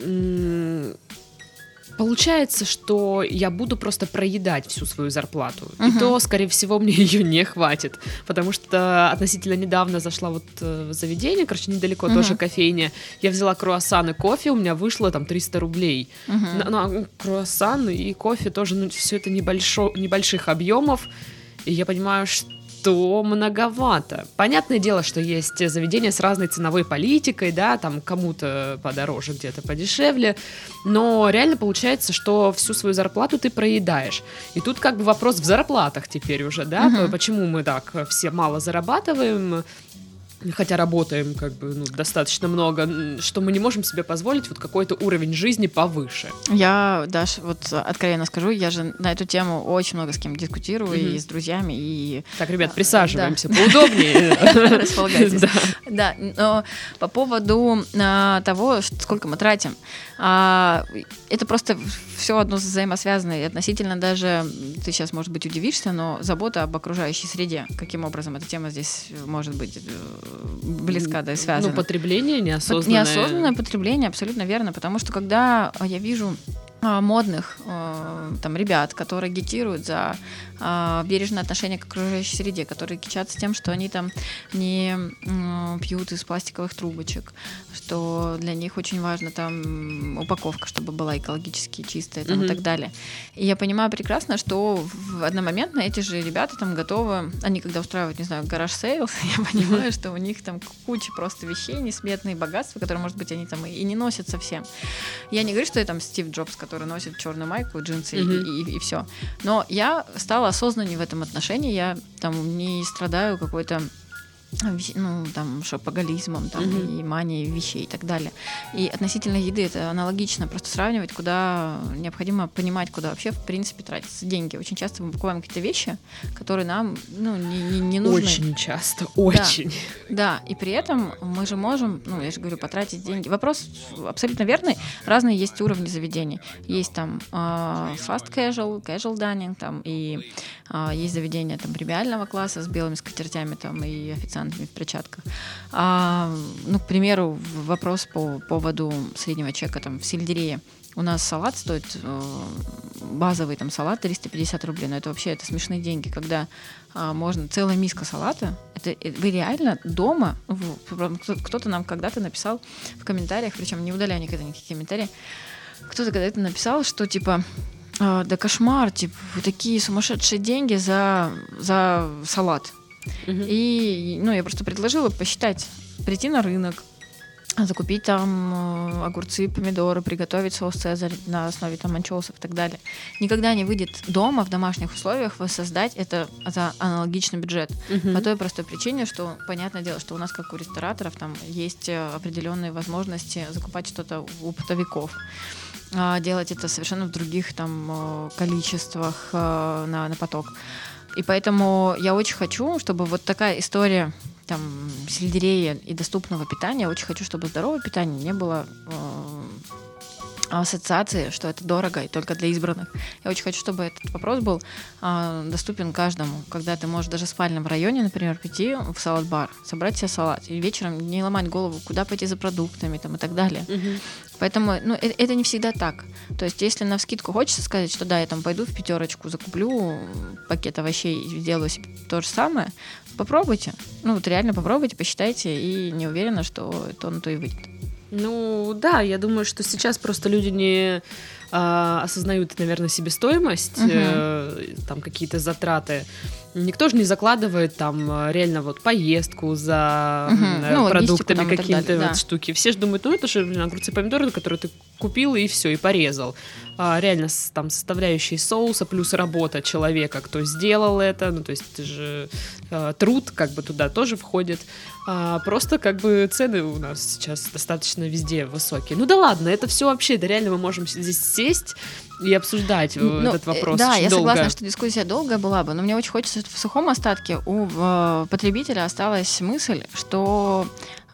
Получается, что я буду просто проедать всю свою зарплату. Uh-huh. И то, скорее всего, мне ее не хватит. Потому что относительно недавно зашла вот в заведение, короче, недалеко, uh-huh. тоже кофейня. Я взяла круассан и кофе, у меня вышло там триста рублей. Uh-huh. На, на круассан и кофе тоже, ну, все это небольшо, небольших объемов. И я понимаю, что многовато. Понятное дело, что есть заведения с разной ценовой политикой, да, там кому-то подороже, где-то подешевле, но реально получается, что всю свою зарплату ты проедаешь. И тут как бы вопрос в зарплатах теперь уже, да, uh-huh. почему мы так все мало зарабатываем, хотя работаем как бы ну, достаточно много, что мы не можем себе позволить вот какой-то уровень жизни повыше. Я, Даш, вот откровенно скажу, я же на эту тему очень много с кем дискутирую, mm-hmm. и с друзьями, и... Так, ребят, присаживаемся, да. Поудобнее. Располагайтесь. Да, но по поводу того, сколько мы тратим, это просто все одно взаимосвязано, и относительно даже, ты сейчас, может быть, удивишься, но забота об окружающей среде, каким образом эта тема здесь может быть близка, да, и связана. Ну, потребление неосознанное. Неосознанное потребление, абсолютно верно, потому что когда я вижу модных там ребят, которые агитируют за бережное отношение к окружающей среде, которые кичатся тем, что они там не пьют из пластиковых трубочек, что для них очень важна там упаковка, чтобы была экологически чистая там, mm-hmm. и так далее. И я понимаю прекрасно, что в одномоментно эти же ребята там готовы, они когда устраивают, не знаю, гараж-сейлс, я понимаю, что у них там куча просто вещей, несметные богатства, которые, может быть, они там и не носят совсем. Я не говорю, что я там Стив Джобс, который носит черную майку, джинсы mm-hmm. и, и, и все. Но я стала осознаннее в этом отношении. Я там не страдаю какой-то ну, там, шопоголизмом, там, mm-hmm. и манией вещей и так далее. И относительно еды это аналогично, просто сравнивать, куда необходимо понимать, куда вообще, в принципе, тратятся деньги. Очень часто мы покупаем какие-то вещи, которые нам, ну, не, не, не нужны. Очень часто, очень. Да, да, и при этом мы же можем, ну, я же говорю, потратить деньги. Вопрос абсолютно верный. Разные есть уровни заведений. Есть там э, fast casual, casual dining, там, и э, есть заведения там премиального класса с белыми скатертями, там, и официантами в перчатках. А, ну, к примеру, вопрос по поводу среднего чека там, в сельдерее. У нас салат стоит, э, базовый там салат триста пятьдесят рублей, но это вообще это смешные деньги, когда э, можно целая миска салата, это, это вы реально дома, в, кто-то нам когда-то написал в комментариях, причем не удаляя никогда никакие комментарии, кто-то когда-то написал, что типа э, да кошмар, типа вы такие сумасшедшие деньги за, за салат. Uh-huh. И ну, я просто предложила посчитать, прийти на рынок, закупить там огурцы, помидоры, приготовить соус цезарь на основе там анчоусов и так далее. Никогда не выйдет дома в домашних условиях воссоздать это за аналогичный бюджет. Uh-huh. По той простой причине, что, понятное дело, что у нас, как у рестораторов, там есть определенные возможности закупать что-то у оптовиков. Делать это совершенно в других там количествах на, на поток. И поэтому я очень хочу, чтобы вот такая история там, сельдерея и доступного питания, я очень хочу, чтобы здоровое питание не было э, ассоциации, что это дорого и только для избранных. Я очень хочу, чтобы этот вопрос был э, доступен каждому, когда ты можешь даже в спальном районе, например, прийти в салат-бар, собрать себе салат, и вечером не ломать голову, куда пойти за продуктами там, и так далее. Uh-huh. Поэтому ну, это, это не всегда так. То есть, если навскидку хочется сказать, что да, я там пойду в пятерочку, закуплю пакет овощей и сделаю себе то же самое, попробуйте. Ну, вот реально попробуйте, посчитайте, и не уверена, что то на то и выйдет. Ну, да, я думаю, что сейчас просто люди не э, осознают, наверное, себестоимость, Угу. э, там какие-то затраты. Никто же не закладывает там реально вот поездку за Угу. э, Ну, продуктами, логистику там и так какие-то далее, вот да. штуки. Все же думают, ну это же блин, огурцы, помидоры, которые ты купил и все, и порезал. А, реально с- там составляющие соуса плюс работа человека, кто сделал это, ну то есть это же э, труд как бы туда тоже входит. А, просто как бы цены у нас сейчас достаточно везде высокие. Ну да ладно, это все вообще, да реально мы можем здесь сесть и обсуждать э, Ну, этот э, вопрос Да, очень я долго. согласна, что дискуссия долгая была бы, но мне очень хочется, чтобы в сухом остатке у э, потребителя осталась мысль, что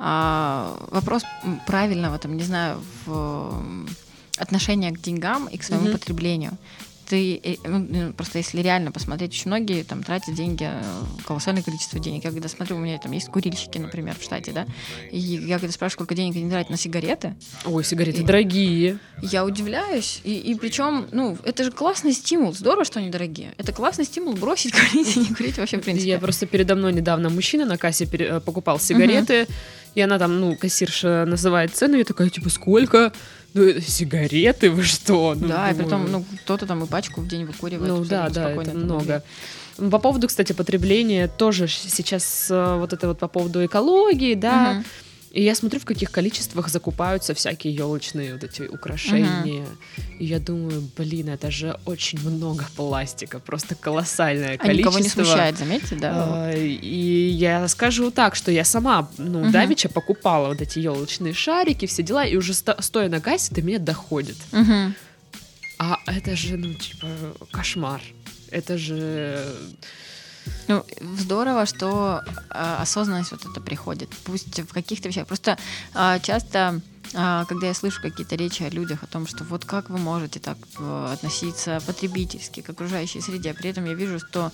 а, вопрос м, правильного, там, не знаю, в, м, отношения к деньгам и к своему Мгм. потреблению. Ты, э, ну, ну, просто если реально посмотреть, очень многие там тратят деньги, э, колоссальное количество денег. Я когда смотрю, у меня там есть курильщики, например, в штате, да, и я когда спрашиваю, сколько денег они тратят на сигареты, Ой, сигареты И- дорогие. я удивляюсь. И, и причем, ну, это же классный стимул. Здорово, что они дорогие. Это классный стимул бросить курить и не курить вообще, в принципе. Я просто передо мной недавно мужчина на кассе пере- э, покупал сигареты, и она там, ну, кассирша называет цену, я такая, типа, сколько? Ну, это сигареты, вы что? Ну, Да, и думаю, притом, ну, кто-то там и пачку в день выкуривает. Ну да, абсолютно да, спокойно, это там, много. По поводу, кстати, потребления, тоже щ- сейчас э, вот это вот по поводу экологии, да, Мгм. и я смотрю, в каких количествах закупаются всякие елочные вот эти украшения, и я думаю, блин, это же очень много пластика, просто колоссальное А количество. никого не смущает, заметьте, да? А, И я скажу так, что я сама, ну, Мгм. давеча покупала вот эти елочные шарики, все дела, и уже сто- стоя на кассе, до меня доходит. Мгм. А это же, ну, типа, кошмар. Это же... Ну, здорово, что а, осознанность вот это приходит. Пусть в каких-то вещах. Просто а, часто, а, когда я слышу какие-то речи о людях, о том, что вот как вы можете так э, относиться потребительски к окружающей среде, а при этом я вижу, что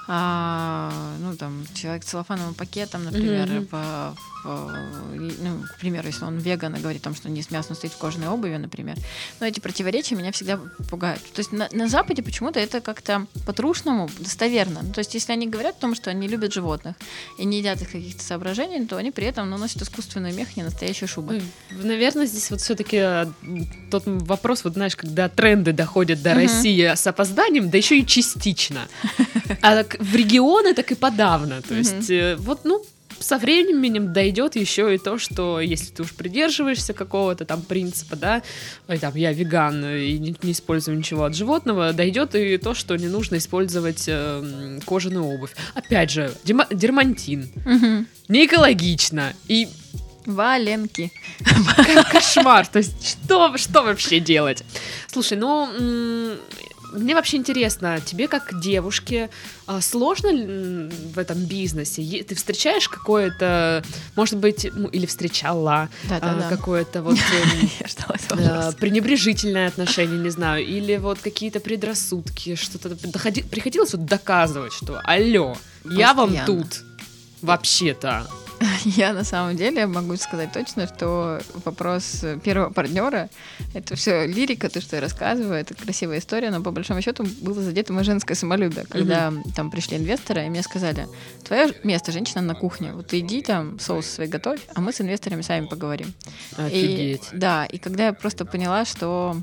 а, ну, там, человек с целлофановым пакетом, например, Мгм. по- в- ну, к примеру, если он веган и говорит о том, что он не с мясом, стоит в кожаной обуви, например. Но эти противоречия меня всегда пугают. То есть на, на Западе почему-то это как-то по-трушному достоверно. Ну, то есть если они говорят о том, что они любят животных и не едят их каких-то соображений, то они при этом ну, носят искусственный мех, не настоящие шубы. Ой, наверное, здесь вот все-таки тот вопрос, вот знаешь, когда тренды доходят до Мгм. России с опозданием, да еще и частично. А к- в регионы так и подавно. То Мгм. есть э, вот, ну, со временем дойдет еще и то, что если ты уж придерживаешься какого-то там принципа, да, ой, там, я веган и не, не использую ничего от животного, дойдет и то, что не нужно использовать э, м, кожаную обувь. Опять же, дема- дермантин. Мгм. Не экологично. И Валенки. кошмар. То есть что, что вообще делать? Слушай, ну, м, мне вообще интересно, тебе как девушке а, сложно ли, м, в этом бизнесе? Е- Ты встречаешь какое-то, может быть, ну, или встречала Да, да, а, да. какое-то вот эм, Я ждала этого э, вопроса. пренебрежительное отношение, не знаю, или вот какие-то предрассудки, что-то доходи- приходилось вот доказывать, что алло, я вам Постоянно. тут вообще-то. Я на самом деле могу сказать точно, что вопрос первого партнера это все лирика, то, что я рассказываю, это красивая история, но по большому счету было задето мое женское самолюбие, когда там пришли инвесторы и мне сказали: твое место, женщина, на кухне, вот ты иди там соус свой готовь, а мы с инвесторами сами поговорим. Офигеть. И, да, и когда я просто поняла, что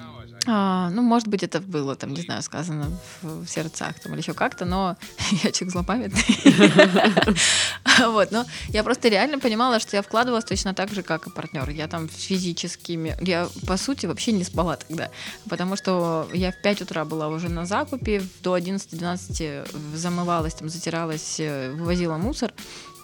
а, ну, может быть, это было, там, не знаю, сказано в, в сердцах там, или еще как-то, но я человек злопамятный. Вот, но я просто реально понимала, что я вкладывалась точно так же, как и партнер. Я там физически, я, по сути, вообще не спала тогда, потому что я в пять утра была уже на закупе, до одиннадцати-двенадцати замывалась, там, затиралась, вывозила мусор.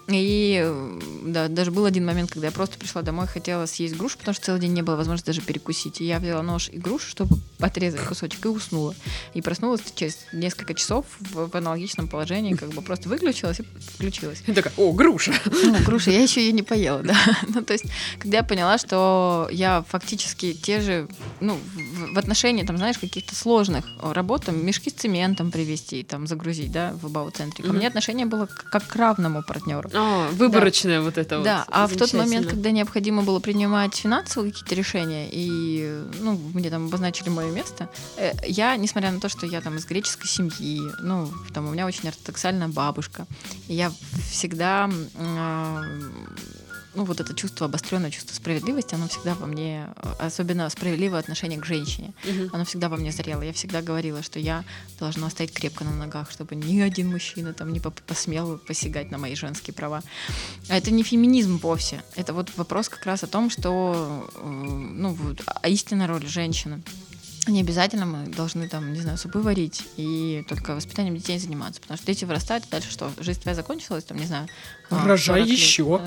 И да, даже был один момент, когда я просто пришла домой, хотела съесть грушу, потому что целый день не было возможности даже перекусить. И я взяла нож и грушу, чтобы отрезать кусочек, и уснула. И проснулась через несколько часов в, в аналогичном положении, как бы просто выключилась и включилась. И такая, о, груша. Ну, груша, я еще ее не поела, да. Ну, то есть, когда я поняла, что я фактически те же, ну, в, в отношении, там, знаешь, каких-то сложных работ, там, мешки с цементом привезти, там, загрузить, да, в бау-центре. Ко Мгм. мне отношение было к- как к равному партнеру. А, выборочное вот это вот. Да, а в тот момент, Замечательно. когда необходимо было принимать финансовые какие-то решения, и ну, мне там обозначили мое место, э, я, несмотря на то, что я там из греческой семьи, ну, там у меня очень ортодоксальная бабушка, и я всегда, э, ну, вот это чувство, обостренное чувство справедливости, оно всегда во мне, особенно справедливое отношение к женщине, uh-huh. оно всегда во мне зрело. Я всегда говорила, что я должна стоять крепко на ногах, чтобы ни один мужчина там не посмел посягать на мои женские права. А это не феминизм вовсе. Это вот вопрос как раз о том, что, ну, вот, о истинной роли женщины. Не обязательно мы должны там, не знаю, супы варить и только воспитанием детей заниматься, потому что дети вырастают, и дальше что? Жизнь твоя закончилась, там, не знаю. Рожай еще.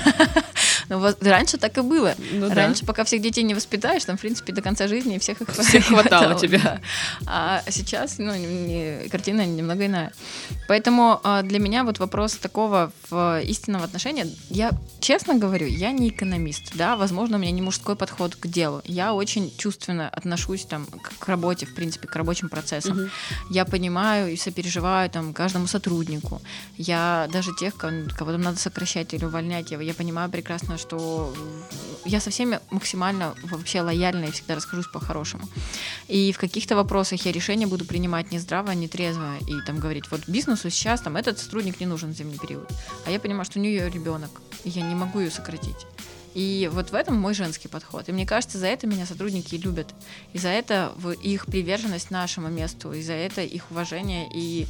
Ну, вот раньше так и было. Ну, раньше, да. пока всех детей не воспитаешь, там, в принципе, до конца жизни и всех их всех хватало, хватало тебе. Да. А сейчас, ну, не, картина немного иная. Поэтому для меня вот вопрос такого в истинного отношения, я честно говорю, я не экономист, да, возможно, у меня не мужской подход к делу. Я очень чувственно отношусь там к работе, в принципе, к рабочим процессам. Uh-huh. Я понимаю и сопереживаю там каждому сотруднику. Я даже тех, кого там надо сокращать или увольнять, я, я понимаю прекрасно, что я со всеми максимально вообще лояльна и всегда расскажусь по-хорошему. И в каких-то вопросах я решения буду принимать не здраво, не трезво и там говорить, вот бизнесу сейчас там этот сотрудник не нужен в зимний период. А я понимаю, что у нее ребенок, и я не могу ее сократить. И вот в этом мой женский подход. И мне кажется, за это меня сотрудники любят. И за это их приверженность нашему месту, и за это их уважение. И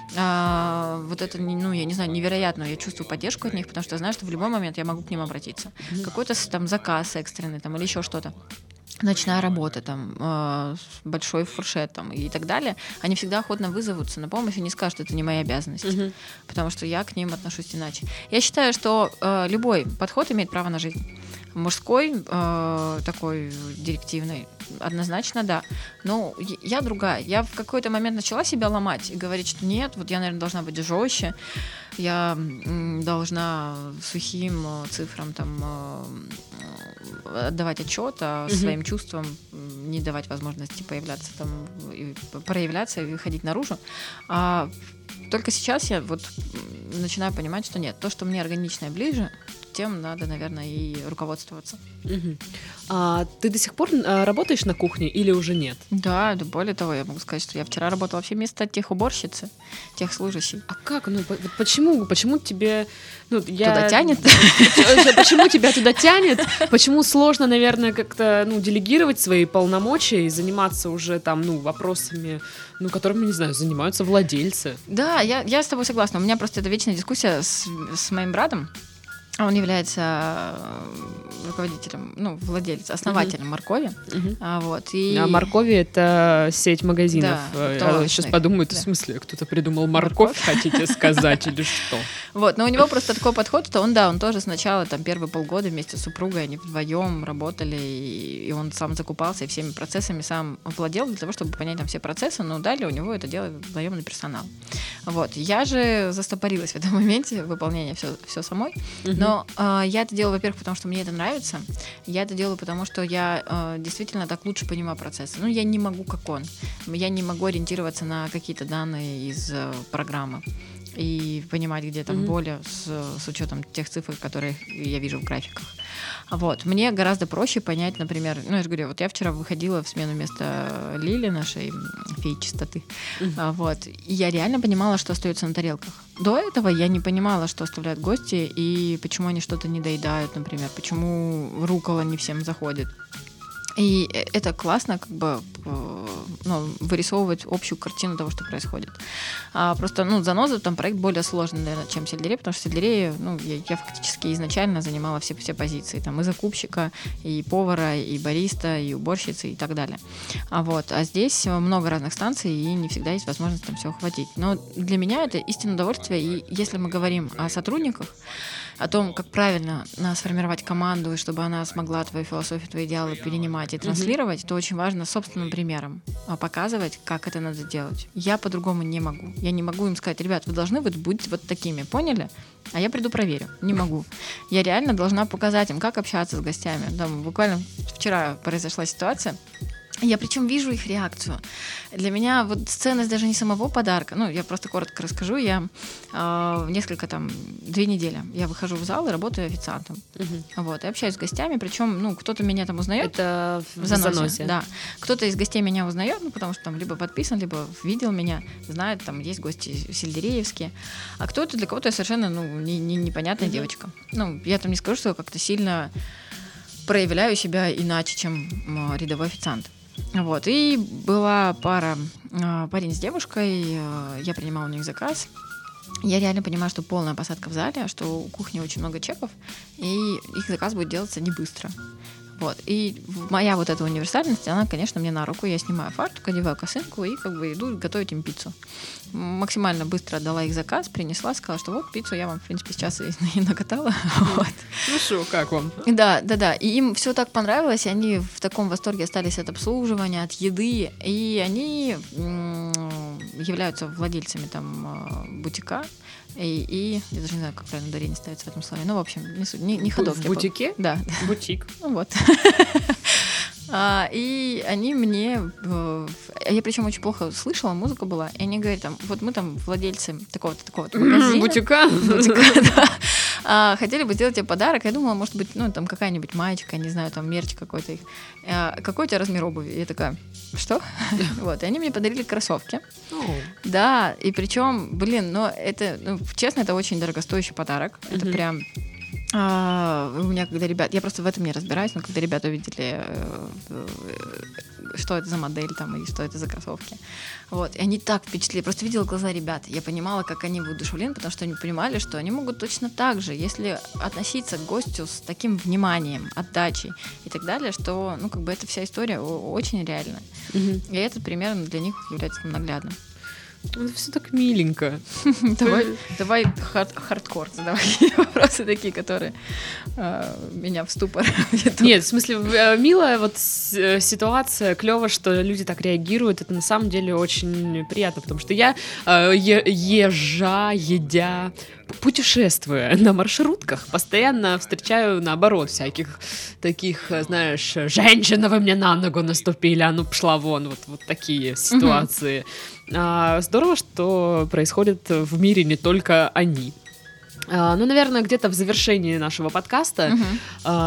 а, вот это, ну, я не знаю, невероятно. Я чувствую поддержку от них, потому что знаю, что в любой момент я могу к ним обратиться. Mm-hmm. Какой-то там заказ экстренный там, или еще что-то. Ночная работа, там, э, большой фуршет там, и так далее, они всегда охотно вызовутся на помощь и не скажут, что это не моя обязанность, uh-huh. потому что я к ним отношусь иначе. Я считаю, что э, любой подход имеет право на жизнь. Мужской, э, такой директивный, однозначно да. Но я другая. Я в какой-то момент начала себя ломать и говорить, что нет, вот я, наверное, должна быть жестче, я м, должна сухим цифрам там отдавать отчет о uh-huh. своим чувствам, не давать возможности появляться там, и проявляться и выходить наружу. А только сейчас я вот начинаю понимать, что нет, то, что мне органично и ближе, тем надо, наверное, и руководствоваться. Uh-huh. А ты до сих пор работаешь на кухне или уже нет? Да, да, более того, я могу сказать, что я вчера работала вообще вместо техуборщицы, техслужащей. А как? Ну, почему? Почему тебе... Ну, я... Туда тянет? Почему тебя туда тянет? Почему сложно, наверное, как-то ну, делегировать свои полномочия и заниматься уже там, ну, вопросами, ну, которыми, не знаю, занимаются владельцы? Да, я, я с тобой согласна. У меня просто это вечная дискуссия с, с моим братом. Он является руководителем, ну, владельцем, основателем uh-huh. Моркови. Uh-huh. А, вот, и... а Моркови — это сеть магазинов. Да, я сейчас подумаю, да. в смысле, кто-то придумал морковь, хотите сказать, или что? Вот, но у него просто такой подход, что он, да, он тоже сначала, там, первые полгода вместе с супругой, они вдвоем работали, и, и он сам закупался, и всеми процессами сам владел для того, чтобы понять там все процессы, но далее у него это дело наемный персонал. Вот, я же застопорилась в этом моменте выполнения все, все самой, uh-huh. но э, я это делаю, во-первых, потому что мне это нравится, я это делаю, потому что я э, действительно так лучше понимаю процессы. Ну, я не могу, как он. Я не могу ориентироваться на какие-то данные из э, программы и понимать, где там mm-hmm. боли с, с учетом тех цифр, которые я вижу в графиках. Вот. Мне гораздо проще понять, например, ну, я же говорю, вот я вчера выходила в смену вместо Лили, нашей феи чистоты, mm-hmm. вот, и я реально понимала, что остается на тарелках. До этого я не понимала, что оставляют гости и почему они что-то не доедают, например, почему руккола не всем заходит. И это классно, как бы, ну, вырисовывать общую картину того, что происходит. А просто, ну, заноза, там проект более сложный, наверное, чем сельдерей, потому что сельдерей, ну, я, я фактически изначально занимала все, все позиции, там, и закупщика, и повара, и бариста, и уборщицы, и так далее. А вот, а здесь много разных станций, и не всегда есть возможность там все охватить. Но для меня это истинное удовольствие, и если мы говорим о сотрудниках, о том, как правильно сформировать команду, и чтобы она смогла твою философию, твои идеалы перенимать и транслировать, mm-hmm. то очень важно собственным примером показывать, как это надо делать. Я по-другому не могу. Я не могу им сказать, ребят, вы должны вот быть вот такими, поняли? А я приду проверю. Не могу. Я реально должна показать им, как общаться с гостями. Там, буквально вчера произошла ситуация. Я причем вижу их реакцию. Для меня вот ценность даже не самого подарка. Ну, я просто коротко расскажу. Я э, несколько там, две недели я выхожу в зал и работаю официантом. Угу. Вот, и общаюсь с гостями. Причем, ну, кто-то меня там узнает. Это в, в заносе. заносе. Да. Кто-то из гостей меня узнает, ну, потому что там либо подписан, либо видел меня, знает, там есть гости сельдереевские. А кто-то, для кого-то я совершенно, ну, не, не, непонятная угу. девочка. Ну, я там не скажу, что я как-то сильно проявляю себя иначе, чем э, рядовой официант. Вот, и была пара, э, парень с девушкой, э, я принимала у них заказ. Я реально понимаю, что полная посадка в зале, что у кухни очень много чеков, и их заказ будет делаться не быстро. Вот. И моя вот эта универсальность, она, конечно, мне на руку. Я снимаю фартук, одеваю косынку и как бы иду готовить им пиццу. Максимально быстро отдала их заказ, принесла, сказала, что вот пиццу я вам, в принципе, сейчас и, и накатала. Вот. Ну что, как вам? Да, да, да. И им все так понравилось, и они в таком восторге остались от обслуживания, от еды, и они м- являются владельцами там бутика. И, и я даже не знаю, как правильно ударение ставится в этом слове. Ну, в общем, не, суть, не, не ходовки. В бутике? Да. Бутик. Ну вот. А, и они мне... Я причем очень плохо слышала, музыка была. И они говорят, там, вот мы там владельцы такого-то, такого-то магазина. Бутика? Бутика, да. А, хотели бы сделать тебе подарок. Я думала, может быть, ну, там какая-нибудь маечка, не знаю, там мерч какой-то их. А, какой у тебя размер обуви? И я такая, что? Вот, и они мне подарили кроссовки. Oh. Да, и причем, блин, ну, это, ну, честно, это очень дорогостоящий подарок. Mm-hmm. Это прям... А, у меня, когда ребят, я просто в этом не разбираюсь, но когда ребята увидели, что это за модель там и что это за кроссовки, вот, и они так впечатлили, просто видела глаза ребят, я понимала, как они воодушевлены, потому что они понимали, что они могут точно так же, если относиться к гостю с таким вниманием, отдачей и так далее, что, ну, как бы эта вся история очень реальна. Mm-hmm. И этот пример для них является наглядным. Это все так миленько. Давай, давай хард, хардкор, задавай вопросы такие, которые э, меня в ступор. Нет, в смысле, милая вот ситуация, клево, что люди так реагируют, это на самом деле очень приятно, потому что я э, езжа, едя, путешествуя на маршрутках, постоянно встречаю, наоборот, всяких таких, знаешь, женщина, вы мне на ногу наступили, а ну пошла вон, вот, вот такие ситуации. Mm-hmm. А, здорово, что происходит в мире не только они. А, ну, наверное, где-то в завершении нашего подкаста, mm-hmm.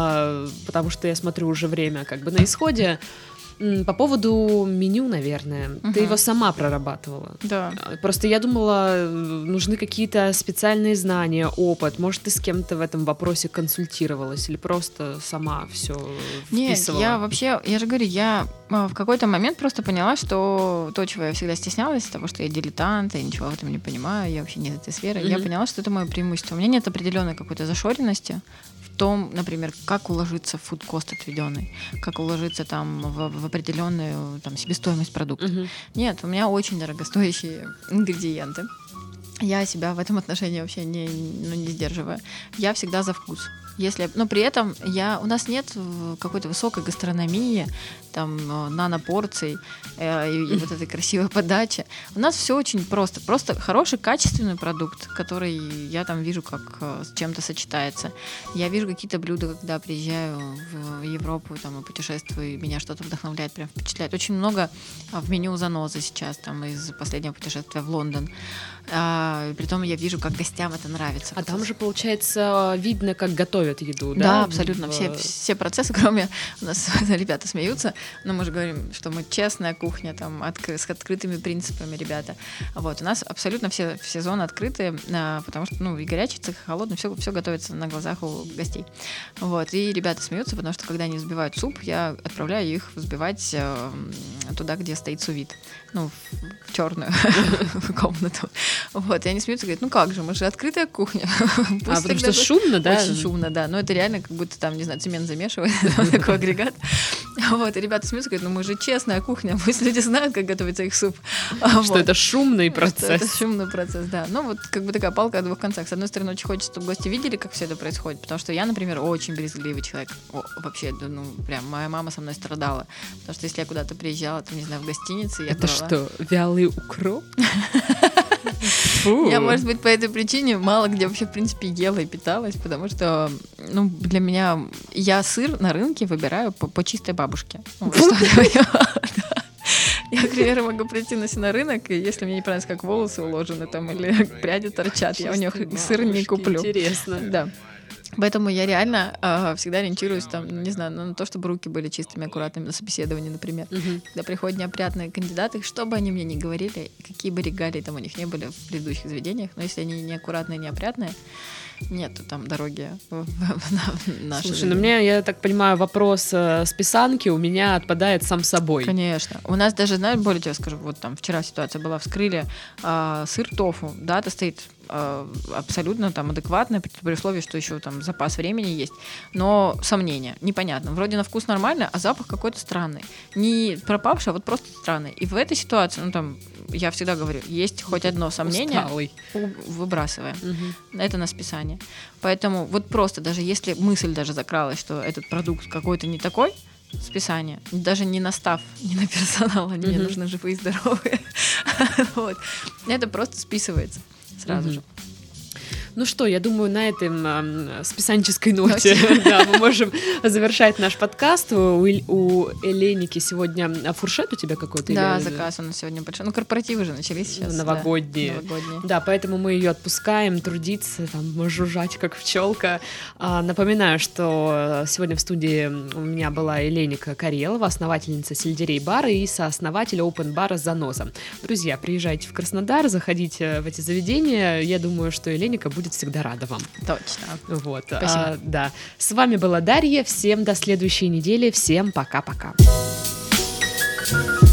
а, потому что я смотрю уже время как бы на исходе. По поводу меню, наверное, uh-huh. ты его сама прорабатывала. Да. Просто я думала, нужны какие-то специальные знания, опыт. Может, ты с кем-то в этом вопросе консультировалась или просто сама все вписывала? Нет, я вообще, я же говорю, я в какой-то момент просто поняла, что то, чего я всегда стеснялась, того, что я дилетант, я ничего в этом не понимаю, я вообще не из этой сферы, uh-huh. я поняла, что это мое преимущество. У меня нет определенной какой-то зашоренности в том, например, как уложиться в фудкост отведенный, как уложиться там в, в определенную там, себестоимость продукта. Uh-huh. Нет, у меня очень дорогостоящие ингредиенты. Я себя в этом отношении вообще не, ну, не сдерживаю. Я всегда за вкус. Если, но при этом я, у нас нет какой-то высокой гастрономии, там, нанопорций э, и, и вот этой красивой подачи. У нас все очень просто. Просто хороший, качественный продукт, который я там вижу, как э, с чем-то сочетается. Я вижу какие-то блюда, когда приезжаю в Европу там, и путешествую, и меня что-то вдохновляет, прям впечатляет. Очень много в меню занозы сейчас, там, из последнего путешествия в Лондон. А, притом я вижу, как гостям это нравится. А там же, получается, видно, как готовят еду, да? Да, абсолютно. В... Все, все процессы, кроме... У нас ребята смеются, но мы же говорим, что мы честная кухня, там, откры... с открытыми принципами, ребята. Вот. У нас абсолютно все, все зоны открыты, потому что, ну, и горячий цех, и холодный, все, все готовится на глазах у гостей. Вот. И ребята смеются, потому что, когда они взбивают суп, я отправляю их взбивать э, туда, где стоит сувид. Ну, в черную комнату. Вот, и они смеются и говорят, ну как же, мы же открытая кухня. А, потому что шумно, да? Очень шумно, да. Но это реально как будто там, не знаю, цемент замешивает, такой агрегат. Вот, и ребята смеются, говорят, ну мы же честная кухня, пусть люди знают, как готовится их суп. Что это шумный процесс. Это шумный процесс, да. Ну вот как бы такая палка о двух концах. С одной стороны, очень хочется, чтобы гости видели, как все это происходит, потому что я, например, очень брезгливый человек. О, вообще, ну прям, моя мама со мной страдала. Потому что если я куда-то приезжала, там, не знаю, в гостинице, я Это брала... что, вялый укроп? Я, может быть, по этой причине мало где вообще, в принципе, ела и питалась, потому что Ну, для меня... Я сыр на рынке выбираю по, по чистой бабушке. Ну, что я понимаю, да. Я, к примеру, могу прийти на, на рынок, и если мне не понравится, как волосы уложены там или пряди торчат, я у них сыр не куплю. Интересно. Да. Поэтому я реально э, всегда ориентируюсь там, не знаю, на то, чтобы руки были чистыми, аккуратными на собеседовании, например. Угу. Когда приходят неопрятные кандидаты, что бы они мне ни говорили, какие бы регалии там у них не были в предыдущих заведениях, но если они неаккуратные, неопрятные, нету там дороги в, в, в наше Слушай, заведение. ну мне, я так понимаю, вопрос э, списанки у меня отпадает сам собой. Конечно. У нас даже, знаешь, более тебе скажу, вот там вчера ситуация была, вскрыли э, сыр тофу, да, это стоит э, абсолютно там адекватно, при, при условии, что еще там запас времени есть, но сомнения, непонятно. Вроде на вкус нормально, а запах какой-то странный. Не пропавший, а вот просто странный. И в этой ситуации, ну там, я всегда говорю, есть хоть одно сомнение, Усталый. выбрасываем. Угу. Это на списание. Поэтому вот просто даже если мысль даже закралась, что этот продукт какой-то не такой, списание, даже не на став, не на персонал, они мне Мгм. нужны живые и здоровые. Вот. Это просто списывается сразу Мгм. же. Ну что, я думаю, на этом э, списанческой ноте да, мы можем завершать наш подкаст. У, Эль- у Эленики сегодня а фуршет у тебя какой-то? Да, или- заказ у нас сегодня большой. Ну, корпоративы же начались сейчас. да. Новогодние. Новогодние. Да, поэтому мы ее отпускаем трудиться, там, жужжать, как пчелка. А, напоминаю, что сегодня в студии у меня была Эленика Карелова, основательница Сельдерей бара и сооснователь Open бара «Заноза». Друзья, приезжайте в Краснодар, заходите в эти заведения. Я думаю, что Эленика будет всегда рада вам. Точно. Вот. Спасибо. А, да. С вами была Дарья. Всем до следующей недели. Всем пока-пока.